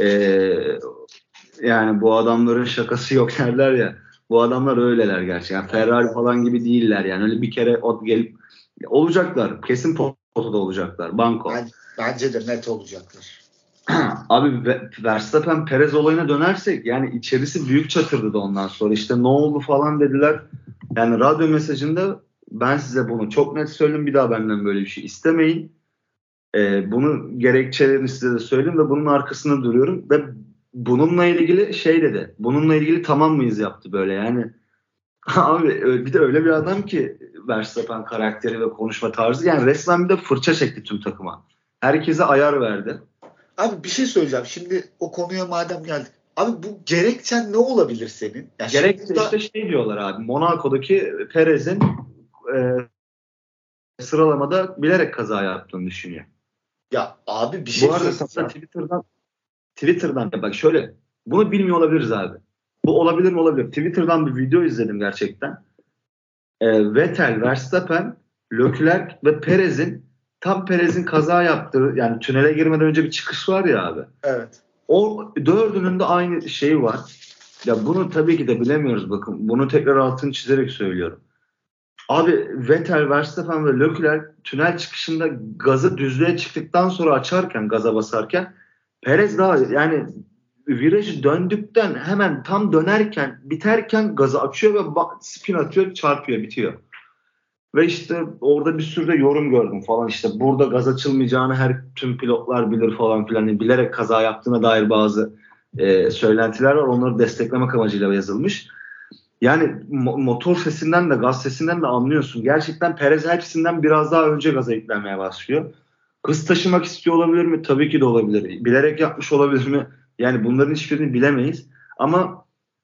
yani bu adamların şakası yok derler ya. Bu adamlar öyleler gerçekten. Yani Ferrari falan gibi değiller yani. Öyle bir kere gelip olacaklar. Kesin potada olacaklar. Banko. Bence de net olacaklar. Abi Verstappen Perez olayına dönersek yani içerisi büyük çatırdı da ondan sonra. İşte ne oldu falan dediler. Yani radyo mesajında ben size bunu çok net söyleyeyim. Bir daha benden böyle bir şey istemeyin. Bunu gerekçelerini size de söyleyeyim ve bunun arkasında duruyorum. Ve bununla ilgili şey dedi. Bununla ilgili tamam mıyız yaptı böyle yani. Abi bir de öyle bir adam ki Verstappen karakteri ve konuşma tarzı. Yani resmen bir de fırça çekti tüm takıma. Herkese ayar verdi. Abi bir şey söyleyeceğim. Şimdi o konuya madem geldik. Abi bu gerekçen ne olabilir senin? Ya Gerekçe burada... işte şey diyorlar abi. Monaco'daki Perez'in sıralamada bilerek kaza yaptığını düşünüyor. Ya abi bir şey Bu arada sana Twitter'dan bak şöyle, bunu bilmiyor olabiliriz abi. Bu olabilir mi? Olabilir. Twitter'dan bir video izledim gerçekten. Vettel, Verstappen, Leclerc ve Perez'in kaza yaptığı, yani tünele girmeden önce bir çıkış var ya abi. Evet. O dördünün de aynı şey var. Ya bunu tabii ki de bilemiyoruz bakın. Bunu tekrar altını çizerek söylüyorum. Abi Vettel, Verstappen ve Leclerc tünel çıkışında gazı düzlüğe çıktıktan sonra açarken, gaza basarken Perez daha yani virajı döndükten hemen tam dönerken, biterken gazı açıyor ve spin atıyor, çarpıyor, bitiyor. Ve işte orada bir sürü de yorum gördüm falan, işte burada gaz açılmayacağını tüm pilotlar bilir falan filan, yani bilerek kaza yaptığına dair bazı söylentiler var. Onları desteklemek amacıyla yazılmış. Yani motor sesinden de gaz sesinden de anlıyorsun. Gerçekten Perez hepsinden biraz daha önce gaza yüklenmeye başlıyor. Hız taşımak istiyor olabilir mi? Tabii ki de olabilir. Bilerek yapmış olabilir mi? Yani bunların hiçbirini bilemeyiz. Ama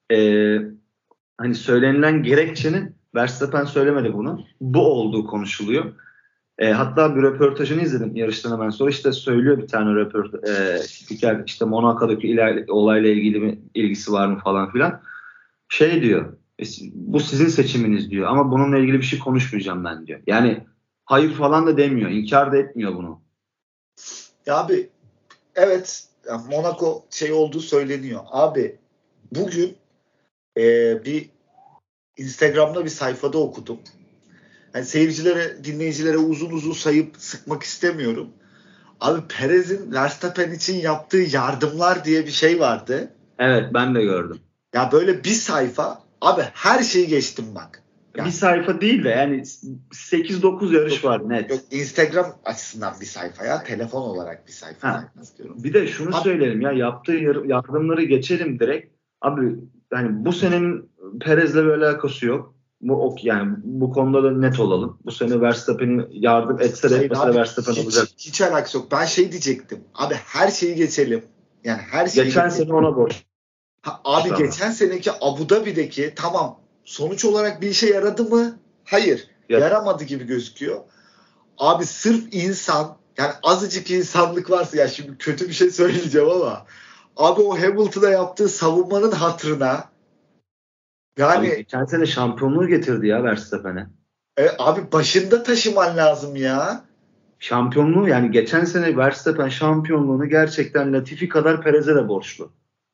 hani söylenilen gerekçenin, Verstappen söylemedi bunu, bu olduğu konuşuluyor. Hatta bir röportajını izledim yarıştan hemen sonra. İşte söylüyor bir tane spiker, işte Monaco'daki olayla ilgili mi, ilgisi var mı falan filan. Şey diyor, bu sizin seçiminiz diyor ama bununla ilgili bir şey konuşmayacağım ben diyor. Yani hayır falan da demiyor, inkar da etmiyor bunu. Ya abi evet, Monaco şey olduğu söyleniyor. Abi bugün bir Instagram'da bir sayfada okudum. Yani seyircilere, dinleyicilere uzun uzun sayıp sıkmak istemiyorum. Abi Perez'in Verstappen için yaptığı yardımlar diye bir şey vardı. Evet, ben de gördüm. Ya böyle bir sayfa. Abi her şeyi geçtim bak. Yani, bir sayfa değil de yani 8-9 yarış var net. Yok, Instagram açısından bir sayfa ya. Telefon olarak bir sayfa istiyorum. Bir de şunu söyleyelim ya, yaptığı yardımları geçelim direkt. Abi yani bu senenin Perez'le bir alakası yok. Yani bu konuda da net olalım. Bu sene Verstappen'in yardım etse de etmese de Verstappen olacak. Hiç alakası yok. Ben şey diyecektim. Abi her şeyi geçelim. Yani her şeyi geçen sene ona borç. Abi tamam. Geçen seneki Abu Dhabi'deki tamam, sonuç olarak bir işe yaradı mı? Hayır. Yaramadı gibi gözüküyor. Abi sırf insan, yani azıcık insanlık varsa, ya şimdi kötü bir şey söyleyeceğim ama abi o Hamilton'a yaptığı savunmanın hatırına, yani abi geçen sene şampiyonluğu getirdi ya Verstappen'e. Abi başında taşıman lazım ya. Şampiyonluğu, yani geçen sene Verstappen şampiyonluğunu gerçekten Latifi kadar Perez'e de borçlu.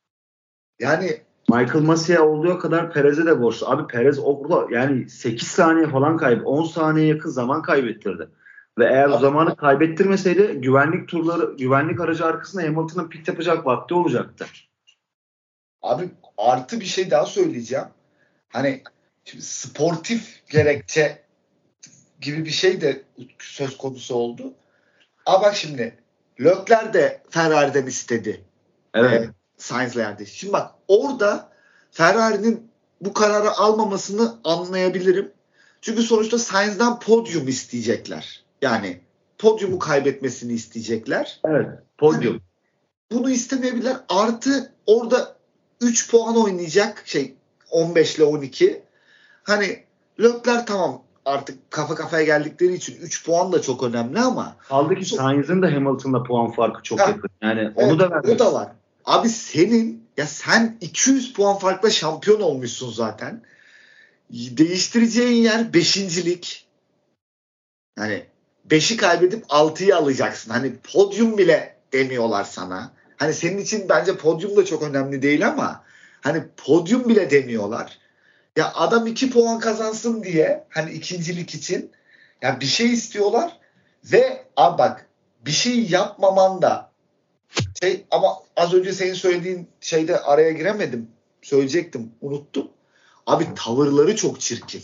Yani Michael Massey'e olduğu kadar Perez'e de borçlu. Abi Perez orada yani 8 saniye falan 10 saniye yakın zaman kaybettirdi. Ve eğer o zamanı kaybettirmeseydi güvenlik aracı arkasında Hamilton'ın pit yapacak vakti olacaktı. Abi artı bir şey daha söyleyeceğim. Hani şimdi sportif gerekçe gibi bir şey de söz konusu oldu. Ama bak şimdi Leclerc de Ferrari'den istedi. Evet. Sainz'le yerdi. Şimdi bak orada Ferrari'nin bu kararı almamasını anlayabilirim. Çünkü sonuçta Sainz'dan podyum isteyecekler. Yani podyumu kaybetmesini isteyecekler. Evet. Podyum. Hani bunu istemeyebilirler. Artı orada 3 puan oynayacak 15 ile 12. Hani Leclerc tamam artık kafa kafaya geldikleri için 3 puan da çok önemli ama Kaldı ki Sainz'in de Hamilton'la puan farkı çok yakın. Yani onu da vermek. O da var. Abi sen 200 puan farkla şampiyon olmuşsun zaten. Değiştireceğin yer 5.'lik. Yani 5'i kaybedip 6'yı alacaksın. Hani podyum bile demiyorlar sana. Hani senin için bence podyum da çok önemli değil ama hani podyum bile demiyorlar. Ya adam 2 puan kazansın diye hani ikincilik için ya bir şey istiyorlar ve abi bak bir şey yapmaman da ama az önce senin söylediğin şeyde araya giremedim. Söyleyecektim, unuttum. Abi tavırları çok çirkin.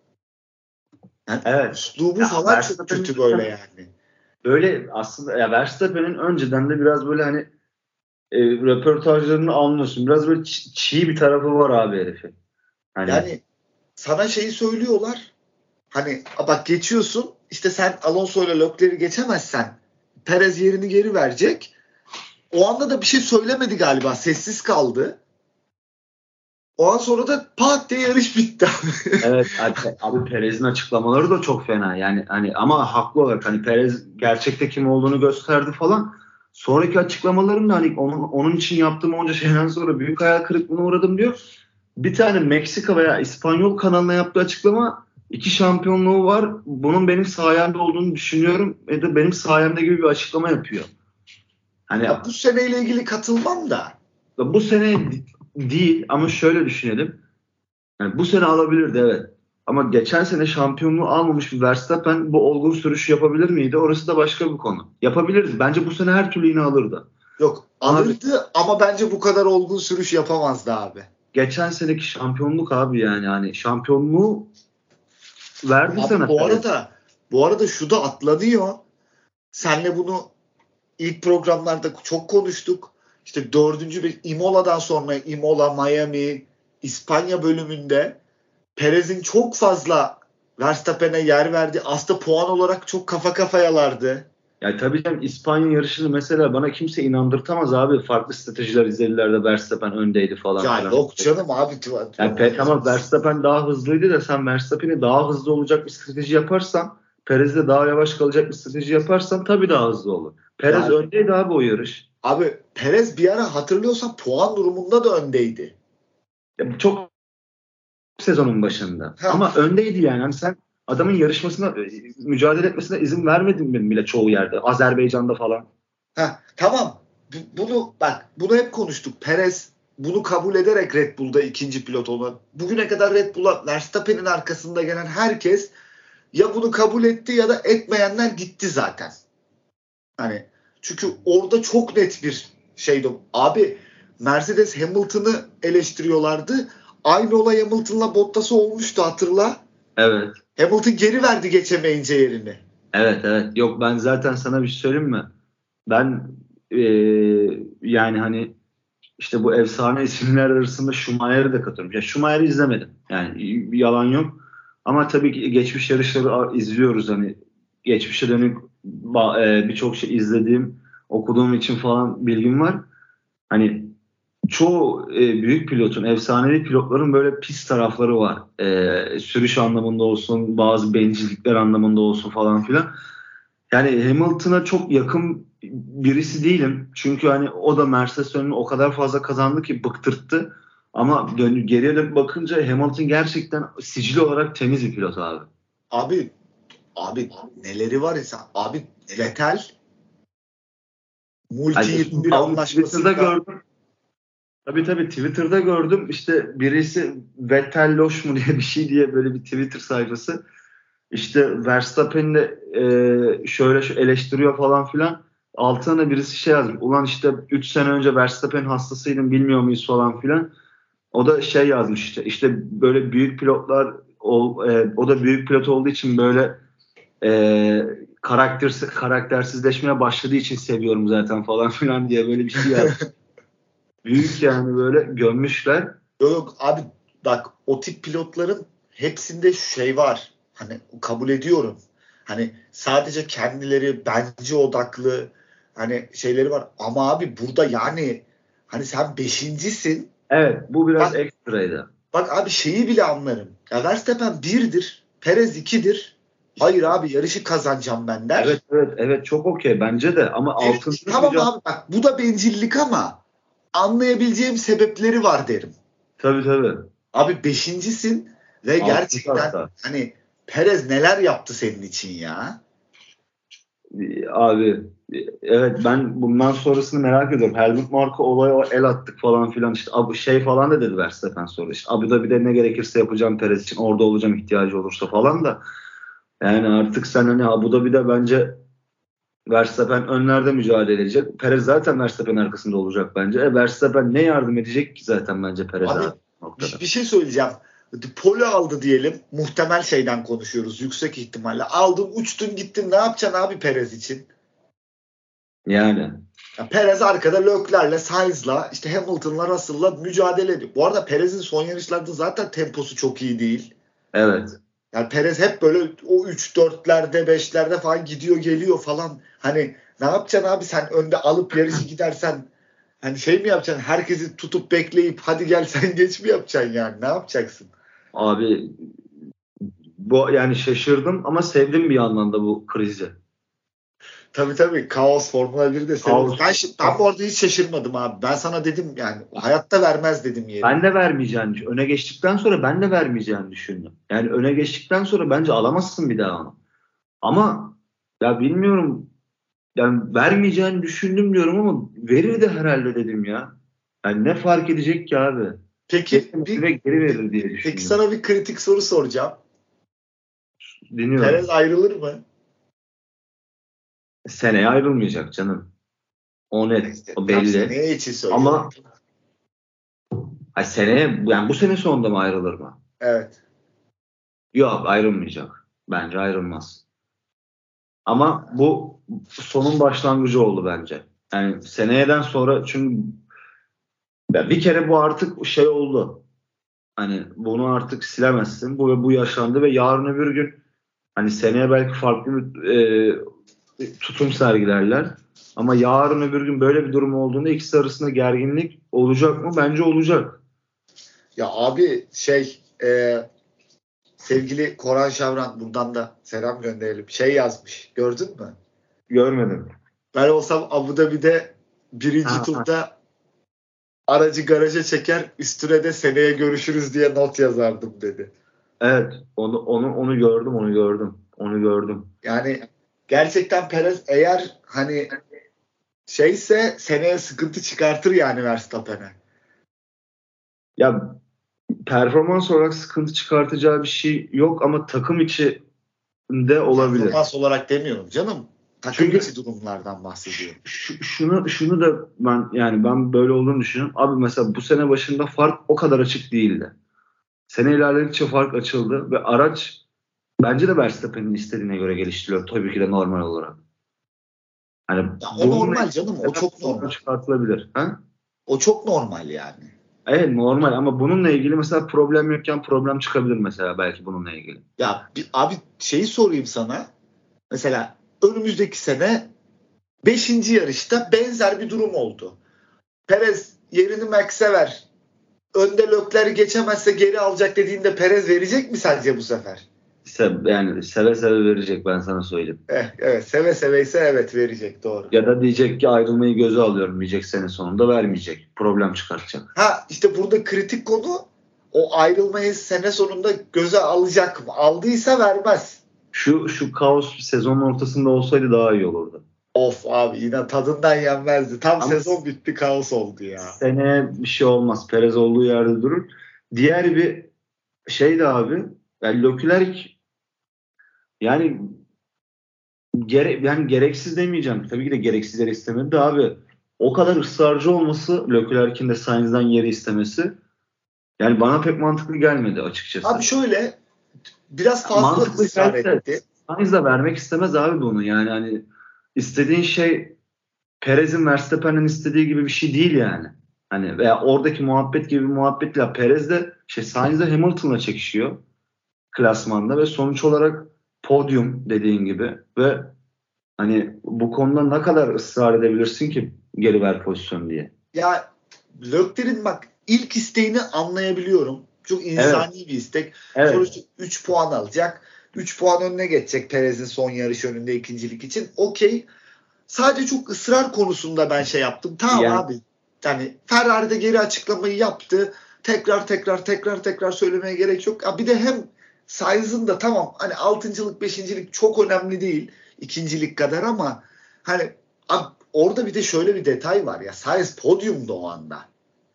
Yani evet. üslubu falan çok kötü böyle yani. Böyle aslında ya Verstappen'in önceden de biraz böyle hani röportajlarını anlıyorsun. Biraz böyle çiğ bir tarafı var abi herifin. Hani... Yani sana şeyi söylüyorlar. Hani bak geçiyorsun işte sen Alonso ile Leclerc'i geçemezsen Perez yerini geri verecek. O anda da bir şey söylemedi galiba. Sessiz kaldı. O an sonra da pat diye yarış bitti. Evet abi Perez'in açıklamaları da çok fena. Yani hani ama haklı olarak hani Perez gerçekte kim olduğunu gösterdi falan. Sonraki açıklamalarında hani onun için yaptığım onca şeyden sonra büyük hayal kırıklığına uğradım diyor. Bir tane Meksika veya İspanyol kanalına yaptığı açıklama 2 şampiyonluğu var. Bunun benim sayemde olduğunu düşünüyorum. Ve de benim sayemde gibi bir açıklama yapıyor. Hani ya bu seneyle ilgili katılmam da. Bu sene değil ama şöyle düşünelim. Yani bu sene alabilirdi evet. Ama geçen sene şampiyonluğu almamış bir Verstappen bu olgun sürüşü yapabilir miydi? Orası da başka bir konu. Yapabilirdi. Bence bu sene her türlü yine alırdı. Yok alırdı ama bence bu kadar olgun sürüş yapamazdı abi. Geçen seneki şampiyonluk abi yani hani şampiyonluğu verdi abi sana. Bu arada şu da atlanıyor. Senle bunu ilk programlarda çok konuştuk. İşte 4. Imola'dan sonra Imola, Miami, İspanya bölümünde Perez'in çok fazla Verstappen'e yer verdi. Aslında puan olarak çok kafa kafayalardı. Ya tabii canım İspanya yarışını mesela bana kimse inandırtamaz abi. Farklı stratejiler izlediler de Verstappen öndeydi falan Ya filan. yok canım abi. Yani tamam Verstappen daha hızlıydı da sen Verstappen'i daha hızlı olacak bir strateji yaparsan Perez'de daha yavaş kalacak bir strateji yaparsan tabii daha hızlı olur. Perez yani, öndeydi abi o yarış. Abi Perez bir ara hatırlıyorsan puan durumunda da öndeydi. Ya, çok sezonun başında. Ama öndeydi yani. Hani sen adamın yarışmasına mücadele etmesine izin vermedin mi bile çoğu yerde. Azerbaycan'da falan. Tamam. Bunu hep konuştuk. Perez bunu kabul ederek Red Bull'da ikinci pilot oldu. Bugüne kadar Red Bull'a Verstappen'in arkasında gelen herkes ya bunu kabul etti ya da etmeyenler gitti zaten. Hani çünkü orada çok net bir şeydi. Abi Mercedes Hamilton'ı eleştiriyorlardı. Aynı olay Hamilton'la Bottas'a olmuştu hatırla. Evet. Hamilton geri verdi geçemeyince yerini. Evet. Yok ben zaten sana bir şey söyleyeyim mi? Ben yani hani işte bu efsane isimler arasında Schumacher'i de katılıyorum. Ya Schumacher'i izlemedim. Yani bir yalan yok. Ama tabii ki geçmiş yarışları izliyoruz. Hani geçmişe dönük birçok şey izlediğim, okuduğum için falan bilgim var. Hani çoğu büyük pilotun, efsanevi pilotların böyle pis tarafları var. Sürüş anlamında olsun, bazı bencillikler anlamında olsun falan filan. Yani Hamilton'a çok yakın birisi değilim. Çünkü hani o da Mercedes önünü o kadar fazla kazandı ki bıktırttı. Ama geriye dönüp bakınca Hamilton gerçekten sicili olarak temiz bir pilot abi. Abi neleri var ya abi Vettel Multi 21 anlaşmasında gördüm. Tabii Twitter'da gördüm. İşte birisi Vettel Loş mu diye bir şey diye böyle bir Twitter sayfası. İşte Verstappen'i şöyle eleştiriyor falan filan. Altına birisi şey yazmış. Ulan işte 3 sene önce Verstappen hastasıydım bilmiyor muyuz falan filan. O da şey yazmış işte. İşte böyle büyük pilotlar o da büyük pilot olduğu için böyle karaktersizleşmeye başladığı için seviyorum zaten falan filan diye böyle bir şey yaptı. Büyük yani böyle gömmüşler. Yok abi bak o tip pilotların hepsinde şey var. Hani kabul ediyorum. Hani sadece kendileri bence odaklı hani şeyleri var. Ama abi burada yani hani sen beşincisin. Evet bu biraz Bak, ekstraydı. bak abi şeyi bile anlarım. Ya Verstappen 1'dir. Perez 2'dir. Hayır abi yarışı kazanacağım ben der. Evet çok okey bence de ama Evet, altıncı tamam abi bak bu da bencillik ama anlayabileceğim sebepleri var derim. Tabii. Abi beşincisin ve Altıncı gerçekten hatta. hani Perez neler yaptı senin için ya? Abi evet ben bundan sonrasını merak ediyorum. Helmut Marko olaya el attık falan filan işte şey falan da dedi Verstappen sonra işte Abu Dhabi'de ne gerekirse yapacağım Perez için orada olacağım ihtiyacı olursa falan da yani artık sen hani Abu Dhabi'de bence Verstappen önlerde mücadele edecek. Perez zaten Verstappen arkasında olacak bence. Verstappen ne yardım edecek ki zaten bence Perez'e Abi noktada. bir şey söyleyeceğim. Pole aldı diyelim. Muhtemel şeyden konuşuyoruz. Yüksek ihtimalle. Aldın uçtun gittin. Ne yapacaksın abi Perez için? Yani. Ya Perez arkada Leclerc'le, Sainz'la, işte Hamilton'la, Russell'la mücadele ediyor. Bu arada Perez'in son yarışlarda zaten temposu çok iyi değil. Evet. Yani Perez hep böyle o 3-4'lerde 5'lerde falan gidiyor geliyor falan. Hani ne yapacaksın abi sen önde alıp yarışı gidersen hani şey mi yapacaksın? Herkesi tutup bekleyip hadi gel sen geç mi yapacaksın yani? Ne yapacaksın? Abi bu yani şaşırdım ama sevdim bir yandan da bu krizi. Tabii kaos Formula 1'de Kaos. Ben bu arada hiç şaşırmadım abi. Ben sana dedim yani hayatta vermez dedim yerini. Ben de vermeyeceğini öne geçtikten sonra ben de vermeyeceğini düşündüm. Yani öne geçtikten sonra bence alamazsın bir daha onu. Ama ya bilmiyorum yani vermeyeceğini düşündüm diyorum ama verir de herhalde dedim ya. Yani ne fark edecek ki abi? Peki Kesin ve geri verir diye peki düşündüm. sana bir kritik soru soracağım. Perez Dinliyorum. ayrılır mı? Seneye ayrılmayacak canım. O net. İşte, O tam belli. seneye için söylüyorum. Ama seneye yani bu sene sonunda mı ayrılır mı? Evet. Yok ayrılmayacak. Bence ayrılmaz. Ama bu sonun başlangıcı oldu bence. Yani seneyeden sonra çünkü ya bir kere bu artık şey oldu. Hani bunu artık silemezsin. Bu yaşandı ve yarın öbür gün hani seneye belki farklı bir tutum sergilerler. Ama yarın öbür gün böyle bir durum olduğunda ikisi arasında gerginlik olacak mı? Bence olacak. Ya abi sevgili Koran Şavran buradan da selam gönderelim. Şey yazmış. Gördün mü? Görmedim. Ben olsam Abu Dhabi'de birinci Ha. turda aracı garaja çeker üstüne de seneye görüşürüz diye not yazardım dedi. Evet, onu gördüm. Yani gerçekten Perez eğer hani şeyse seneye sıkıntı çıkartır yani Verstappen'e. Ya performans olarak sıkıntı çıkartacağı bir şey yok ama takım içinde olabilir. Performans olarak demiyorum canım. Takım Çünkü içi durumlardan bahsediyorum. şunu da ben böyle olduğunu düşünüyorum. Abi mesela bu sene başında fark o kadar açık değildi. Sene ilerledikçe fark açıldı ve araç bence de Verstappen'in istediğine göre geliştiriliyor. Tabii ki de normal olarak. Hani Ya o bunun normal canım. O çok normal. çıkartılabilir. Ha? O çok normal yani. Evet normal ama bununla ilgili mesela problem yokken problem çıkabilir mesela belki bununla ilgili. Ya abi şeyi sorayım sana. Mesela önümüzdeki sene 5. yarışta benzer bir durum oldu. Perez yerini Max'e ver. Önde Leclerc geçemezse geri alacak dediğinde Perez verecek mi sence bu sefer? Yani seve seve verecek ben sana söyleyeyim. Evet seve seve ise evet verecek doğru. Ya da diyecek ki ayrılmayı göze alıyorum diyecek sene sonunda vermeyecek. Problem çıkartacak. Ha işte burada kritik konu o ayrılmayı sene sonunda göze alacak mı? Aldıysa vermez. Şu kaos sezonun ortasında olsaydı daha iyi olurdu. Of abi yine tadından yenmezdi. Tam Ama sezon bitti kaos oldu ya. seneye bir şey olmaz. Perez olduğu yerde durur. Diğer bir şey de abi yani Leclerc yani yani gereksiz demeyeceğim. Tabii ki de gereksizleri istemedi de abi o kadar ısrarcı olması Leclerc'in de Sainz'den yeri istemesi yani bana pek mantıklı gelmedi açıkçası. Abi şöyle biraz fazla Mantıklı ısrar gelse etti. Sainz de vermek istemez abi bunu. Yani hani istediğin şey Perez'in Verstappen'in istediği gibi bir şey değil yani. Hani veya oradaki muhabbet gibi bir muhabbet değil. Perez de Sainz de Hamilton'la çekişiyor klasmanda ve sonuç olarak podyum dediğin gibi ve hani bu konuda ne kadar ısrar edebilirsin ki geri ver pozisyon diye. Ya Leclerc'in bak ilk isteğini anlayabiliyorum. Çok insani bir istek. Evet. Sonuçta 3 puan alacak. 3 puan önüne geçecek Perez'in son yarış önünde ikincilik için. Okey. Sadece çok ısrar konusunda ben şey yaptım. Tamam Yani, abi. Yani Ferrari'de geri açıklamayı yaptı. Tekrar söylemeye gerek yok. Ya bir de hem Sainz'ın da tamam hani 6.lık 5.lik çok önemli değil. İkincilik kadar ama hani abi, orada bir de şöyle bir detay var ya. Sainz podyumda o anda.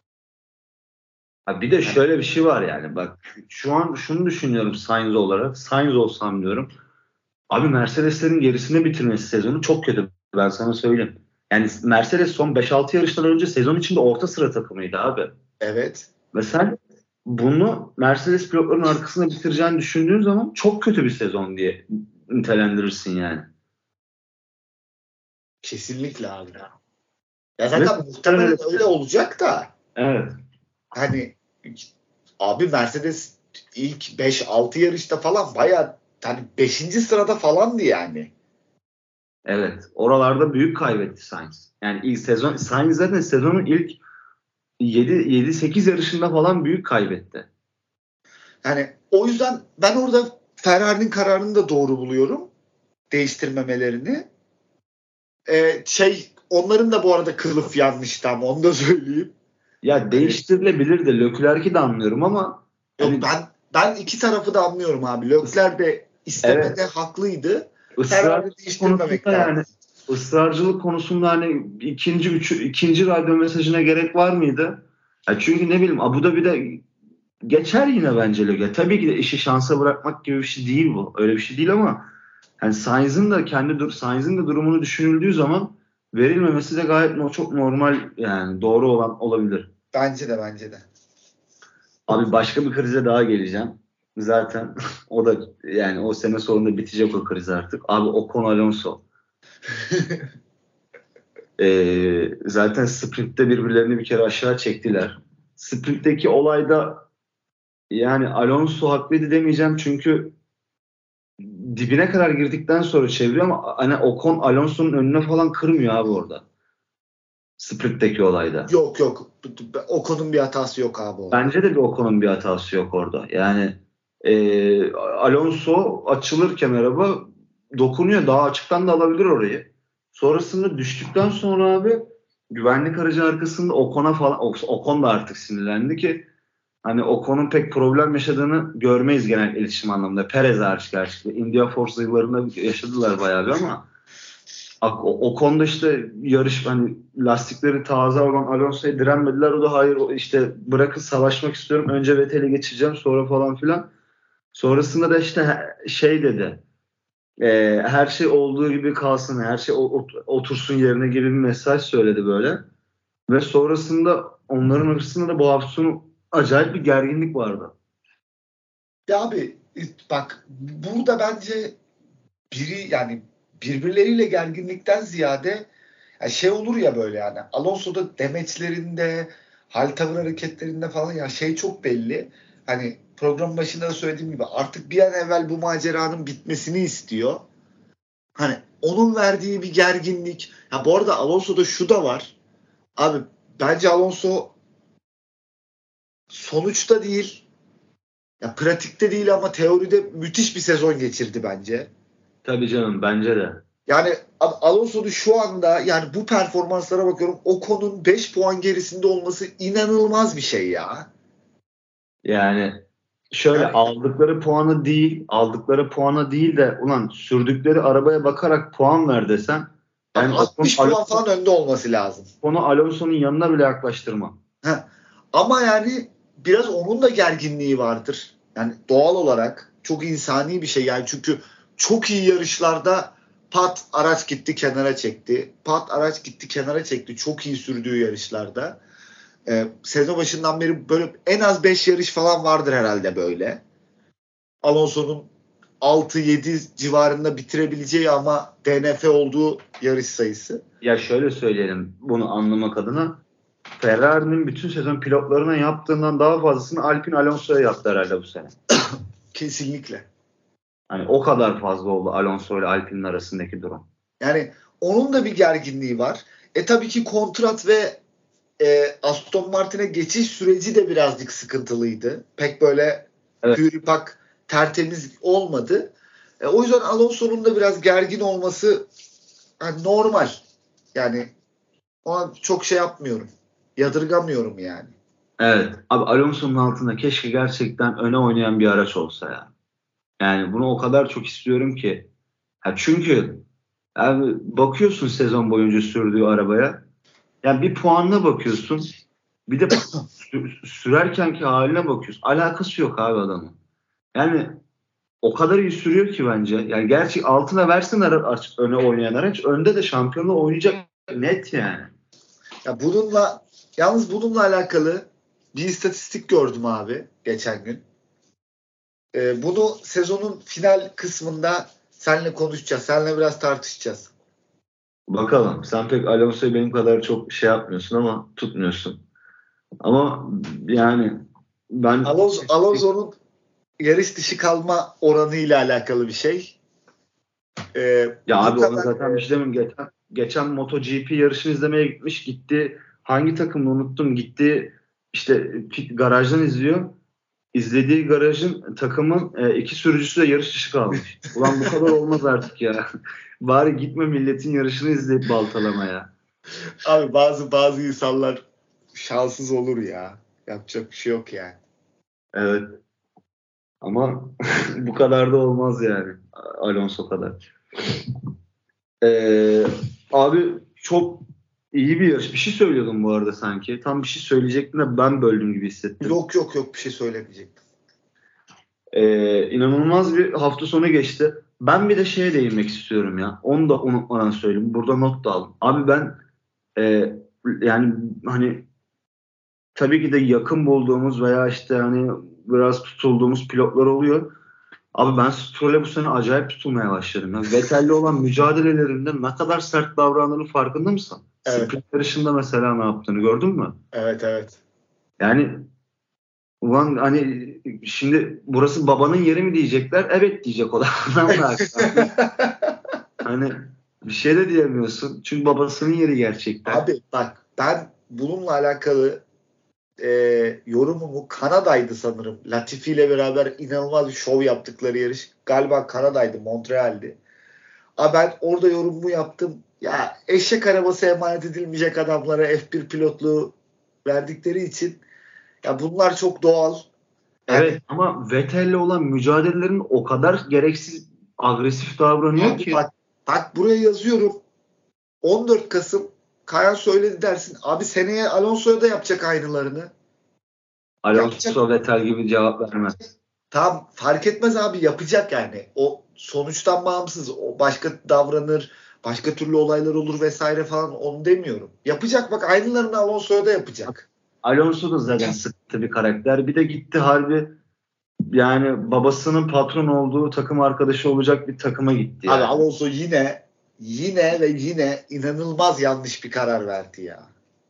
bir de şöyle bir şey var yani bak şu an şunu düşünüyorum Sainz olarak. Sainz olsam diyorum. Abi Mercedes'lerin gerisine bitirmesi sezonu çok kötü. Ben sana söyleyeyim. Yani Mercedes son 5-6 yarıştan önce sezon içinde orta sıra takımıydı abi. Evet. Ve sen bunu Mercedes pilotlarının arkasında bitireceğini düşündüğün zaman çok kötü bir sezon diye nitelendirirsin yani. Kesinlikle abi. Ya Ve zaten muhtemelen öyle olacak da evet. hani abi Mercedes ilk 5-6 yarışta falan bayağı hani 5. sırada falandı yani. Evet. Oralarda büyük kaybetti Sainz. Yani ilk sezon Sainz zaten sezonun ilk 7-8 yarışında falan büyük kaybetti. Yani o yüzden ben orada Ferrari'nin kararını da doğru buluyorum. Değiştirmemelerini. Onların da bu arada kılıf yanmıştı ama onu da söyleyeyim. Ya değiştirilebilirdi. Leclerc'i de anlıyorum ama Yok hani ben iki tarafı da anlıyorum abi. Leclerc de istemede evet, haklıydı. Ferrari ısrarcılık değiştirmemek konusunda yani lazım. ısrarcılık konusunda hani ikinci radyo mesajına gerek var mıydı? Ya çünkü ne bileyim Abu Dhabi'de geçer yine bence Leclerc. Tabii ki de işi şansa bırakmak gibi bir şey değil bu. Öyle bir şey değil ama yani Sainz'in de durumunu düşünüldüğü zaman verilmemesi de gayet çok normal yani doğru olan olabilir. Bence de. Abi başka bir krize daha geleceğim. Zaten o da yani o sene sonunda bitecek o kriz artık. Abi Ocon Alonso. Zaten sprintte birbirlerini bir kere aşağı çektiler. Sprintteki olayda yani Alonso haklıydı demeyeceğim çünkü dibine kadar girdikten sonra çeviriyor ama hani Ocon Alonso'nun önüne falan kırmıyor abi orada. Sprintteki olayda. Yok. Ocon'un bir hatası yok abi orada. Bence de bir Ocon'un bir hatası yok orada. Yani Alonso açılırken araba dokunuyor. Daha açıktan da alabilir orayı. Sonrasında düştükten sonra abi güvenlik aracı arkasında Ocon'a falan Ocon da artık sinirlendi ki hani Ocon'un pek problem yaşadığını görmeyiz genel iletişim anlamında. Perez hariç gerçekten. India Force yıllarında yaşadılar bayağı bir ama o konuda işte yarış hani lastikleri taze olan Alonso'ya direnmediler. O da hayır işte bırakın savaşmak istiyorum. Önce Vettel'i geçireceğim sonra falan filan. Sonrasında da işte şey dedi. Her şey olduğu gibi kalsın. Her şey otursun yerine gibi bir mesaj söyledi böyle. Ve sonrasında onların arasında da bu hafta sonu acayip bir gerginlik vardı. Ya abi bak burada bence biri yani birbirleriyle gerginlikten ziyade yani şey olur ya böyle yani Alonso'da demeçlerinde hal tavır hareketlerinde falan ya şey çok belli. Hani program başında da söylediğim gibi artık bir an evvel bu maceranın bitmesini istiyor. Hani onun verdiği bir gerginlik. Ya bu arada Alonso'da şu da var. Abi bence Alonso sonuçta değil ya pratikte değil ama teoride müthiş bir sezon geçirdi bence. Tabii canım bence de. Yani Alonso'nun şu anda yani bu performanslara bakıyorum Ocon'un 5 puan gerisinde olması inanılmaz bir şey ya. Yani şöyle Yani aldıkları puanı değil de ulan sürdükleri arabaya bakarak puan ver desen abi yani 60 puan falan önde olması lazım. Ocon'u Alonso'nun yanına bile yaklaştırmam. Heh. Ama yani biraz onun da gerginliği vardır. Yani doğal olarak çok insani bir şey yani çünkü çok iyi yarışlarda pat araç gitti kenara çekti. Pat araç gitti kenara çekti çok iyi sürdüğü yarışlarda. Sezon başından beri böyle en az 5 yarış falan vardır herhalde böyle. Alonso'nun 6-7 civarında bitirebileceği ama DNF olduğu yarış sayısı. Ya şöyle söyleyelim bunu anlamak adına. Ferrari'nin bütün sezon pilotlarına yaptığından daha fazlasını Alpine Alonso'ya yaptı herhalde bu sene. Kesinlikle. Hani o kadar fazla oldu Alonso ile Alpine'in arasındaki durum. Yani onun da bir gerginliği var. Tabii ki kontrat ve Aston Martin'e geçiş süreci de birazcık sıkıntılıydı. Pek böyle hürripak tertemiz olmadı. O yüzden Alonso'nun da biraz gergin olması yani normal. Yani ona çok şey yapmıyorum. Yadırgamıyorum yani. Evet. Abi Alonso'nun altında keşke gerçekten öne oynayan bir araç olsa ya. Yani bunu o kadar çok istiyorum ki. Ya çünkü abi bakıyorsun sezon boyunca sürdüğü arabaya. Yani bir puanına bakıyorsun. Bir de sürerkenki haline bakıyorsun. Alakası yok abi adamın. Yani o kadar iyi sürüyor ki bence. Yani gerçi altına versin araç, öne oynayan araç. Önde de şampiyonluğu oynayacak net yani. Ya yalnız bununla alakalı bir istatistik gördüm abi geçen gün. Bunu sezonun final kısmında seninle konuşacağız. Seninle biraz tartışacağız. Bakalım. Sen pek Alonso'yu benim kadar çok şey yapmıyorsun ama tutmuyorsun. Ama yani ben Alonso'nun yarış dışı kalma oranıyla alakalı bir şey. Ya abi ona zaten bir şey demeyeyim. Geçen MotoGP yarışını izlemeye gitmiş. Gitti. Hangi takımını unuttum. Gitti işte garajdan izliyor. İzlediği garajın takımın 2 sürücüsü de yarış dışı kalmış. Ulan bu kadar olmaz artık ya. Bari gitme milletin yarışını izleyip baltalamaya. Abi bazı insanlar şanssız olur ya. Yapacak bir şey yok yani. Evet. Ama bu kadar da olmaz yani. Alonso kadar. Abi çok iyi bir yarış. Bir şey söylüyordum bu arada sanki. Tam bir şey söyleyecektim de ben böldüm gibi hissettim. Yok bir şey söylemeyecektim. İnanılmaz bir hafta sonu geçti. Ben bir de şeye değinmek istiyorum ya. Onu da unutmadan söyleyeyim. Burada not da aldım. Abi ben yani hani tabii ki de yakın bulduğumuz veya işte hani biraz tutulduğumuz pilotlar oluyor. Abi ben Stroll'e bu sene acayip tutulmaya başladım. Yani Vettel'le olan mücadelelerinde ne kadar sert davrandığını farkında mısın? Evet. Sprint yarışında mesela ne yaptığını gördün mü? Evet. Yani ulan hani şimdi burası babanın yeri mi diyecekler? Evet diyecek o da. Hani bir şey de diyemiyorsun. Çünkü babasının yeri gerçekten. Abi bak ben bununla alakalı yorumumu Kanada'ydı sanırım. Latifi ile beraber inanılmaz bir şov yaptıkları yarış. Galiba Kanada'ydı, Montreal'di. Abi ben orada yorumumu yaptım. Ya eşek arabası emanet edilmeyecek adamlara F1 pilotluğu verdikleri için ya bunlar çok doğal. Evet Yani, ama Vettel'le olan mücadelelerin o kadar gereksiz agresif davranıyor ki. Bak buraya yazıyorum. 14 Kasım Kayan söyledi dersin. Abi seneye Alonso'ya da yapacak aynılarını. Alonso Vettel gibi cevap vermez. Tamam fark etmez abi yapacak yani. O sonuçtan bağımsız. O başka davranır. Başka türlü olaylar olur vesaire falan onu demiyorum. Yapacak bak aynılarını Alonso'ya da yapacak. Alonso da zaten sıkıntı bir karakter. Bir de gitti harbi yani babasının patron olduğu takım arkadaşı olacak bir takıma gitti. Yani. Abi Alonso yine inanılmaz yanlış bir karar verdi ya.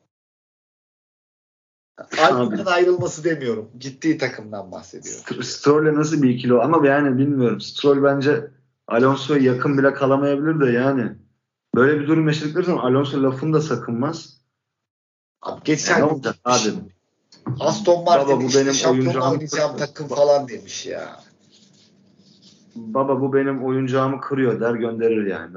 Alpine'den ayrılması demiyorum. Gittiği takımdan bahsediyorum. Stroll'le nasıl bir ikili o? Ama yani bilmiyorum. Stroll bence Alonso'ya yakın bile kalamayabilir de yani. Böyle bir durum yaşadıkları zaman Alonso lafını da sakınmaz. Abi geçen yani gün abi. Aston Martin baba, bu işte benim şampiyonla oynayacağım takım falan demiş ya. Baba bu benim oyuncağımı kırıyor der gönderir yani.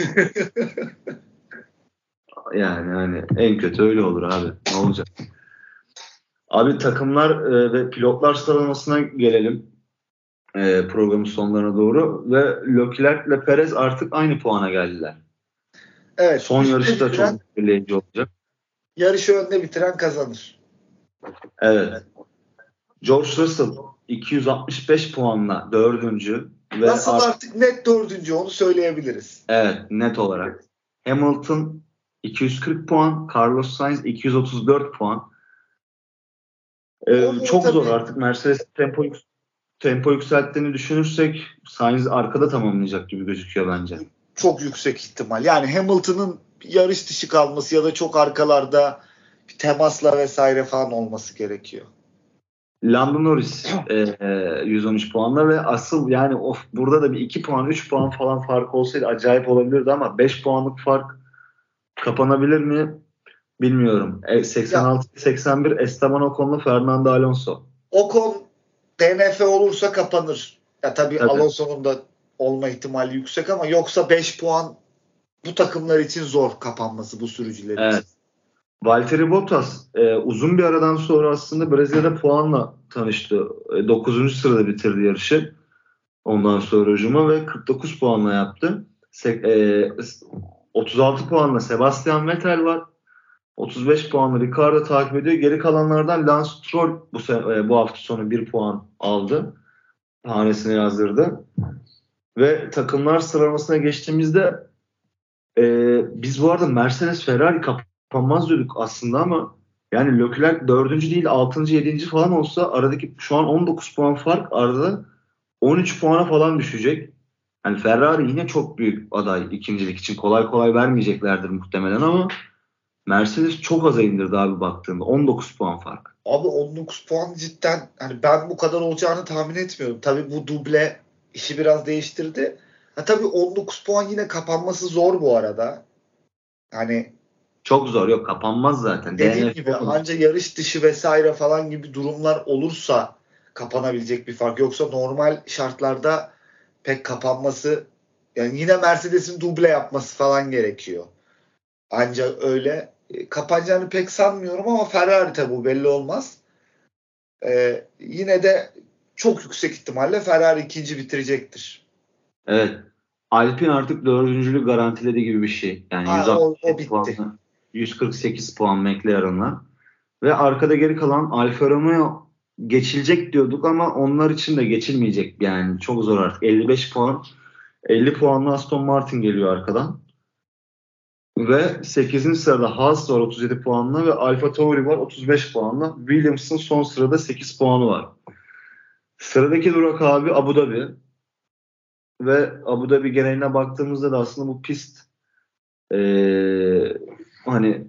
Yani hani en kötü öyle olur abi. Ne olacak? Abi takımlar ve pilotlar sıralamasına gelelim programın sonlarına doğru ve Leclerc ile Perez artık aynı puana geldiler. Evet. Son yarışta çok belirleyici olacak. Yarışı önde bitiren kazanır. Evet. George Russell 265 puanla 4. Ve Russell artık net 4. onu söyleyebiliriz. Evet net olarak. Hamilton 240 puan, Carlos Sainz 234 puan. Çok zor artık Mercedes tempoyu tempo yükselttiğini düşünürsek Sainz arkada tamamlayacak gibi gözüküyor bence. Çok yüksek ihtimal. Yani Hamilton'ın yarış dışı kalması ya da çok arkalarda bir temasla vesaire falan olması gerekiyor. Lando Norris 113 puanla ve asıl yani burada da bir 2 puan 3 puan falan fark olsaydı acayip olabilirdi ama 5 puanlık fark kapanabilir mi bilmiyorum. 86-81 Esteban Ocon'la Fernando Alonso. Ocon DNF olursa kapanır. Ya tabii Tabii. Alonso'nun da olma ihtimali yüksek ama yoksa 5 puan bu takımlar için zor kapanması, bu sürücüler için. Evet. Valtteri Bottas uzun bir aradan sonra aslında Brezilya'da puanla tanıştı. 9. sırada bitirdi yarışı. Ondan sonra hücuma ve 49 puanla yaptı. 36 puanla Sebastian Vettel var. 35 puanla Ricardo takip ediyor. Geri kalanlardan Lance Stroll bu hafta sonu 1 puan aldı. Hanesine yazdırdı. Ve takımlar sıralamasına geçtiğimizde biz bu arada Mercedes Ferrari kapanmaz diyorduk aslında ama yani Leclerc 4. değil 6. 7. falan olsa aradaki şu an 19 puan fark, arada 13 puana falan düşecek. Yani Ferrari yine çok büyük aday ikincilik için. Kolay kolay vermeyeceklerdir muhtemelen ama Mercedes çok aza indirdi abi baktığında. 19 puan fark. Abi 19 puan cidden, hani ben bu kadar olacağını tahmin etmiyordum. Tabii bu duble işi biraz değiştirdi. Tabii 19 puan yine kapanması zor bu arada. Hani Çok zor, yok kapanmaz zaten. dediğim DNF gibi olmaz. anca yarış dışı vesaire falan gibi durumlar olursa kapanabilecek bir fark. Yoksa normal şartlarda pek kapanması, yani yine Mercedes'in duble yapması falan gerekiyor. Ancak öyle kapanacağını pek sanmıyorum ama Ferrari tabi bu belli olmaz. Yine de çok yüksek ihtimalle Ferrari ikinci bitirecektir. Evet. Alpine artık dördüncülük garantiledi gibi bir şey. Yani O 168 bitti. puanla, 148 puan McLaren'la. Ve arkada geri kalan Alfa Romeo geçilecek diyorduk ama onlar için de geçilmeyecek. Yani çok zor artık. 55 puan. 50 puanla Aston Martin geliyor arkadan. Ve 8. sırada Haas var 37 puanla ve Alfa Tauri var 35 puanla. Williams'ın son sırada 8 puanı var. Sıradaki durak abi Abu Dhabi. Ve Abu Dhabi geneline baktığımızda da aslında bu pist hani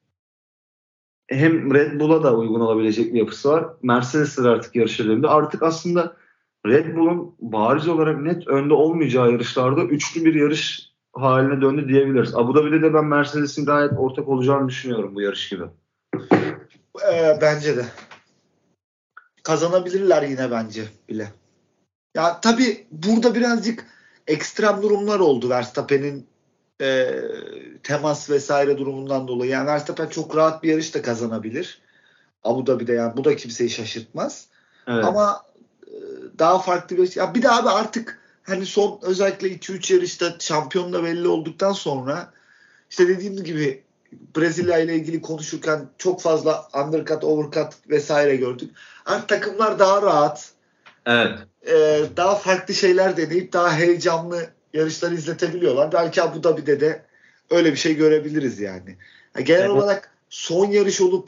hem Red Bull'a da uygun olabilecek bir yapısı var. Mercedes'ler artık yarışa döndü. Artık aslında Red Bull'un bariz olarak net önde olmayacağı yarışlarda üçlü bir yarış haline döndü diyebiliriz. Abu Dhabi'de de ben Mercedes'in gayet ortak olacağını düşünüyorum bu yarış gibi. Bence de. Kazanabilirler yine bence bile. Ya tabii burada birazcık ekstrem durumlar oldu Verstappen'in temas vesaire durumundan dolayı. Yani Verstappen çok rahat bir yarış da kazanabilir. Abu Dhabi'de, yani bu da kimseyi şaşırtmaz. Evet. Ama daha farklı bir, ya bir de abi artık hani son özellikle 2-3 yarışta şampiyon da belli olduktan sonra işte dediğim gibi Brezilya ile ilgili konuşurken çok fazla undercut, overcut vesaire gördük. Artık takımlar daha rahat. Evet. Daha farklı şeyler deneyip daha heyecanlı yarışlar izletebiliyorlar. Belki Abu Dhabi'de de öyle bir şey görebiliriz yani. Genel olarak son yarış olup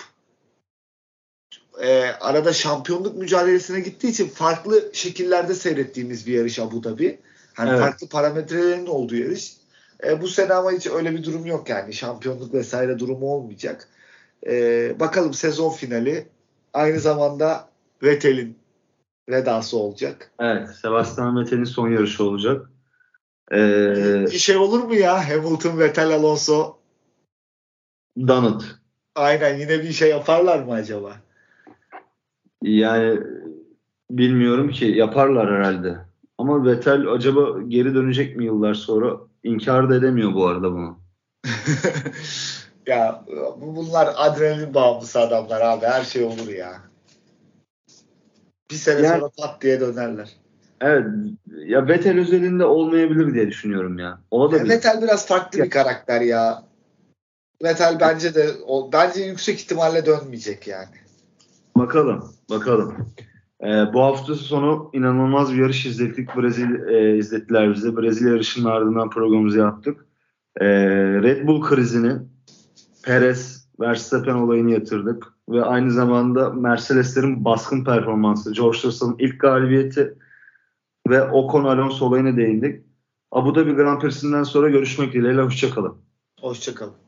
arada şampiyonluk mücadelesine gittiği için farklı şekillerde seyrettiğimiz bir yarış Abu Dhabi. Hani evet. Farklı parametrelerin olduğu yarış. Bu sene ama hiç öyle bir durum yok yani. Şampiyonluk vesaire durumu olmayacak. Bakalım sezon finali aynı zamanda Vettel'in vedası olacak. Evet. Sebastian Vettel'in son yarışı olacak. Bir şey olur mu ya? Hamilton, Vettel, Alonso. Donut. Aynen, yine bir şey yaparlar mı acaba? Yani bilmiyorum ki, yaparlar herhalde. Ama Vettel acaba geri dönecek mi yıllar sonra? İnkar da edemiyor bu arada bunu. Ya bunlar adrenalin bağımlısı adamlar abi. Her şey olur ya. Bir sene sonra pat diye dönerler. Evet. Ya Vettel özelinde olmayabilir diye düşünüyorum ya. O da Vettel biraz farklı bir karakter ya. Vettel bence de bence yüksek ihtimalle dönmeyecek yani. Bakalım. Bu hafta sonu inanılmaz bir yarış izlettik. İzlettiler bize. Brezilya yarışının ardından programımızı yaptık. Red Bull krizini, Perez Verstappen olayını yatırdık ve aynı zamanda Mercedeslerin baskın performansı, George Russell'ın ilk galibiyeti ve Ocon Alonso olayına değindik. Abu Dhabi Grand Prix'sinden sonra görüşmek dileğiyle. Hoşçakalın. Hoşçakalın.